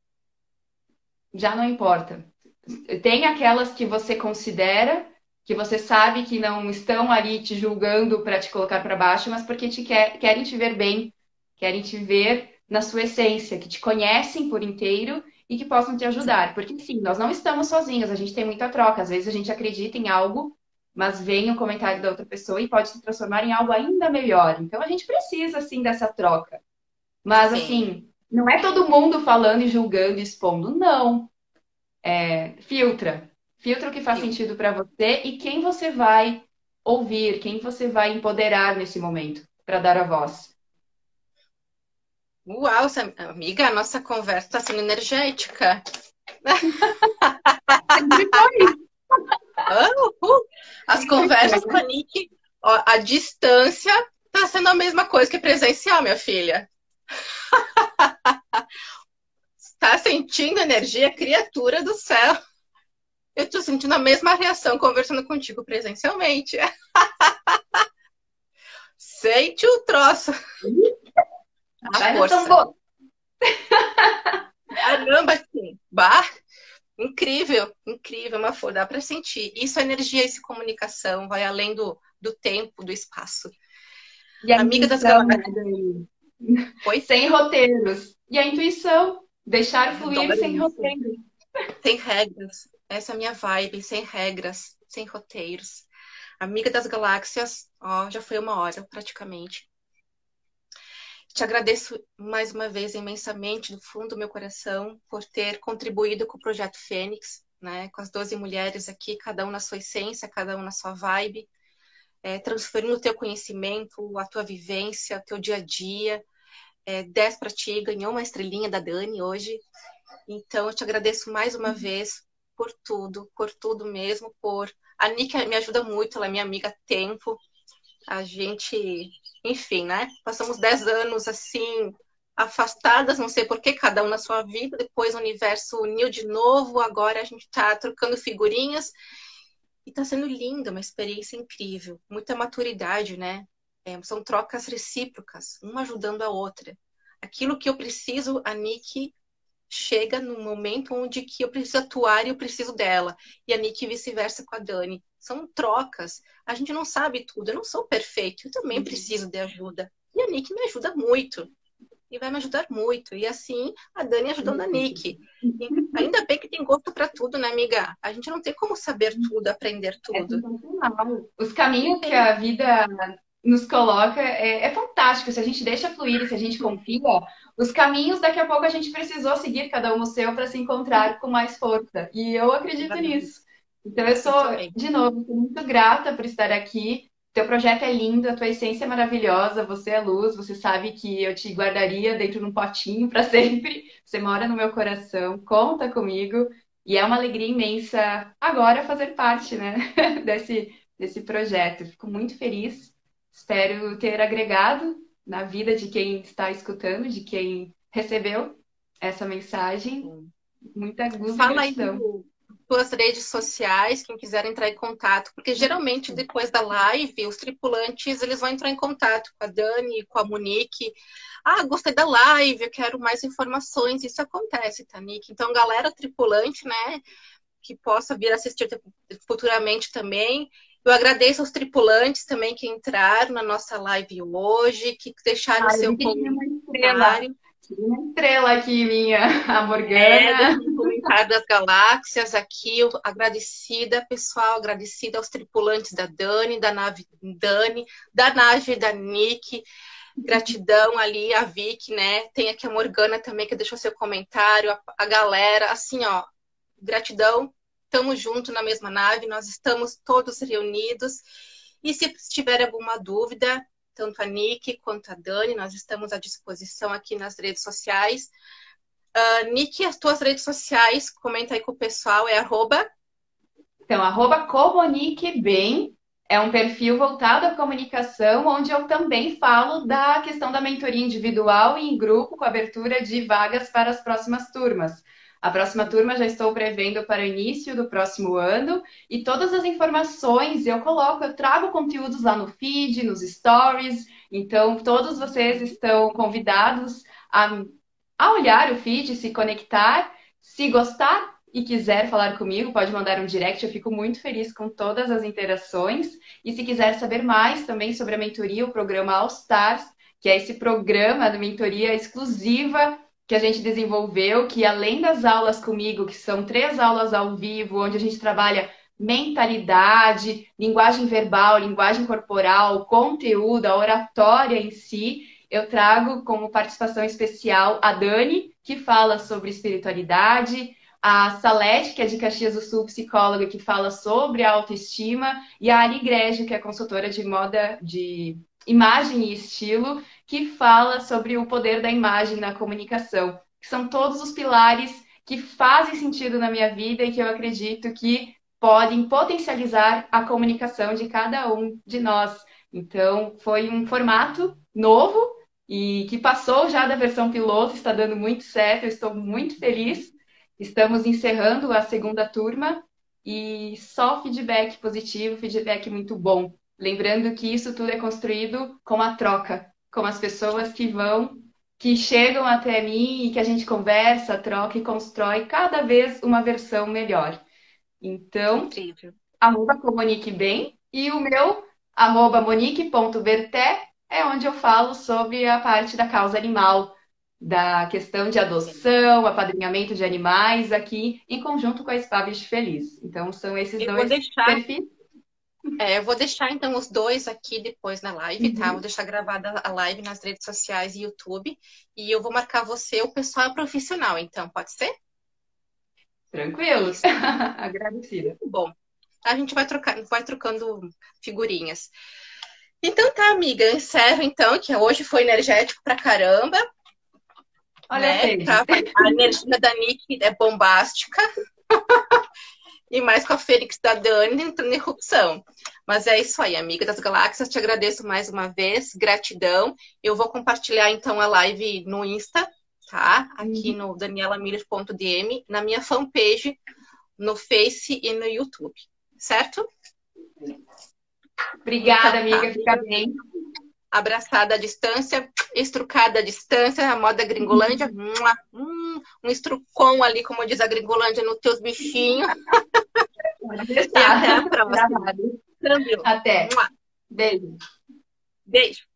S2: Já não importa. Tem aquelas que você considera, que você sabe que não estão ali te julgando para te colocar para baixo, mas porque te quer, querem te ver bem, querem te ver na sua essência, que te conhecem por inteiro e que possam te ajudar. Porque sim, nós não estamos sozinhos, a gente tem muita troca. Às vezes a gente acredita em algo, mas vem o comentário da outra pessoa e pode se transformar em algo ainda melhor. Então a gente precisa, assim, dessa troca. Mas,
S1: Sim.
S2: assim, não é todo mundo falando e julgando e expondo. Não. É, filtra. Filtra o que faz
S1: Viu?
S2: sentido para você e quem você vai ouvir, quem você vai empoderar nesse momento para dar a voz.
S1: Uau, Sam- amiga, a nossa conversa está sendo energética.
S2: Sempre foi.
S1: Ah, uhul. As
S2: Sempre
S1: conversas com
S2: foi.
S1: a Nick, ó, a distância está sendo a mesma coisa que presencial, minha filha. Está sentindo energia, criatura do céu. Eu estou sentindo a mesma reação conversando contigo presencialmente. Sente o troço. A
S2: Vai no
S1: força.
S2: tambor.
S1: Caramba, sim. Bah, incrível, incrível, uma força. Dá para sentir. Isso é energia, isso é comunicação. Vai além do, do tempo, do espaço.
S2: E a
S1: Amiga das
S2: intuição, né,
S1: galáxias.
S2: Dani?
S1: Pois
S2: Sem roteiros. E a intuição, deixar fluir
S1: adoro
S2: sem
S1: isso.
S2: roteiros.
S1: Sem regras. Essa é a minha vibe. Sem regras, sem roteiros. Amiga das galáxias, ó, já foi uma hora praticamente. Te agradeço mais uma vez imensamente, do fundo do meu coração, por ter contribuído com o Projeto Fênix, né, com as doze mulheres aqui, cada um na sua essência, cada um na sua vibe, é, transferindo o teu conhecimento, a tua vivência, o teu dia a dia. É, dez para ti, ganhou uma estrelinha da Dani hoje. Então, eu te agradeço mais uma vez por tudo, por tudo mesmo, por... A Nick me ajuda muito, ela é minha amiga há tempo. A gente, enfim, né? Passamos dez anos assim, afastadas, não sei por que, cada um na sua vida. Depois o universo uniu de novo, agora a gente tá trocando figurinhas. E tá sendo linda, uma experiência incrível. Muita maturidade, né? É, são trocas recíprocas, uma ajudando a outra. Aquilo que eu preciso, a Nick chega no momento onde que eu preciso atuar e eu preciso dela. E a Nick vice-versa com a Dani. São trocas. A gente não sabe tudo. Eu não sou perfeito. Eu também preciso de ajuda. E a Nick me ajuda muito. E vai me ajudar muito. E assim, a Dani ajudando a Nick. E ainda bem que tem gosto para tudo, né, amiga? A gente não tem como saber tudo, aprender
S2: É
S1: tudo.
S2: sensacional. Os caminhos que a vida nos coloca é, é fantástico. Se a gente deixa fluir e se a gente confia, os caminhos daqui a pouco a gente precisou seguir cada um o seu para se encontrar com mais força. E eu acredito nisso. Então eu
S1: Eu
S2: sou,
S1: também.
S2: de novo, sou muito grata por estar aqui. Teu projeto é lindo, a tua essência é maravilhosa, você é luz, você sabe que eu te guardaria dentro de um potinho para sempre. Você mora no meu coração, conta comigo. E é uma alegria imensa agora fazer parte, né, desse, desse projeto. Fico muito feliz. Espero ter agregado na vida de quem está escutando, de quem recebeu essa mensagem. Muita luz e
S1: Fala aí
S2: gratidão.
S1: do, suas redes sociais, quem quiser entrar em contato, porque geralmente depois da live, os tripulantes eles vão entrar em contato com a Dani, com a Monique. Ah, gostei da live, eu quero mais informações. Isso acontece, tá, Nick? Então, galera tripulante, né, que possa vir assistir futuramente também. Eu agradeço aos tripulantes também que entraram na nossa live hoje, que deixaram o
S2: Ah, eu
S1: seu
S2: vi que tinha uma estrela.
S1: comentário.
S2: Tinha uma estrela aqui, minha, a
S1: É,
S2: Morgana.
S1: deixando um comentário das galáxias aqui, eu agradecida, pessoal, agradecida aos tripulantes da Dani, da nave Dani, da nave da Nick, gratidão ali, a Vicky, né? Tem aqui a Morgana também, que deixou seu comentário, a, a galera, assim, ó, gratidão, estamos juntos na mesma nave, nós estamos todos reunidos, e se tiver alguma dúvida, tanto a Nick quanto a Dani, nós estamos à disposição aqui nas redes sociais. Uh, Nick, as tuas redes sociais, comenta aí com o pessoal, é arroba...
S2: Então, arroba Comunique Bem é um perfil voltado à comunicação, onde eu também falo da questão da mentoria individual e em grupo, com abertura de vagas para as próximas turmas. A próxima turma já estou prevendo para o início do próximo ano e todas as informações eu coloco, eu trago conteúdos lá no feed, nos stories, então todos vocês estão convidados a, a olhar o feed, se conectar, se gostar e quiser falar comigo, pode mandar um direct, eu fico muito feliz com todas as interações. E se quiser saber mais também sobre a mentoria, o programa All Stars, que é esse programa de mentoria exclusiva que a gente desenvolveu, que além das aulas comigo, que são três aulas ao vivo, onde a gente trabalha mentalidade, linguagem verbal, linguagem corporal, conteúdo, a oratória em si, eu trago como participação especial a Dani, que fala sobre espiritualidade, a Salete, que é de Caxias do Sul, psicóloga, que fala sobre a autoestima, e a Ari Grégio, que é consultora de moda, de imagem e estilo, que fala sobre o poder da imagem na comunicação. Que são todos os pilares que fazem sentido na minha vida e que eu acredito que podem potencializar a comunicação de cada um de nós. Então, foi um formato novo e que passou já da versão piloto, está dando muito certo, eu estou muito feliz. Estamos encerrando a segunda turma e só feedback positivo, feedback muito bom. Lembrando que isso tudo é construído com a troca, com as pessoas que vão, que chegam até mim e que a gente conversa, troca e constrói cada vez uma versão melhor. Então,
S1: Incrível.
S2: arroba Comunique Bem e o meu, arroba monique.berté, é onde eu falo sobre a parte da causa animal, da questão de adoção, apadrinhamento de animais, aqui em conjunto com a Spa Bicho Feliz. Então, são esses
S1: Eu vou
S2: dois
S1: deixar,
S2: perfis.
S1: é, eu vou deixar então os dois aqui depois na live, tá?
S2: Uhum.
S1: Vou deixar gravada a live nas redes sociais e YouTube. E eu vou marcar você, o pessoal é profissional, então, pode ser?
S2: Tranquilo.
S1: Isso.
S2: Agradecida.
S1: Bom, a gente vai trocar, vai trocando figurinhas. Então tá, amiga, eu encerro então, que hoje foi energético pra caramba.
S2: Olha a
S1: Né?
S2: sede.
S1: Tá? A energia da Nick é bombástica. E mais com a Fênix da Dani entrando em erupção. Mas é isso aí, amiga das galáxias. Te agradeço mais uma vez. Gratidão. Eu vou compartilhar então a live no Insta, tá? Aqui
S2: Uhum.
S1: no daniela miller ponto d m, na minha fanpage, no Face e no YouTube. certo?
S2: Obrigada,
S1: Então,
S2: amiga.
S1: tá.
S2: Fica bem.
S1: Abraçada à distância, estrucada à distância, a moda Gringolândia. Hum, um estrucão ali, como diz a Gringolândia, nos teus bichinhos. E até a próxima.
S2: Até. Beijo.
S1: Beijo.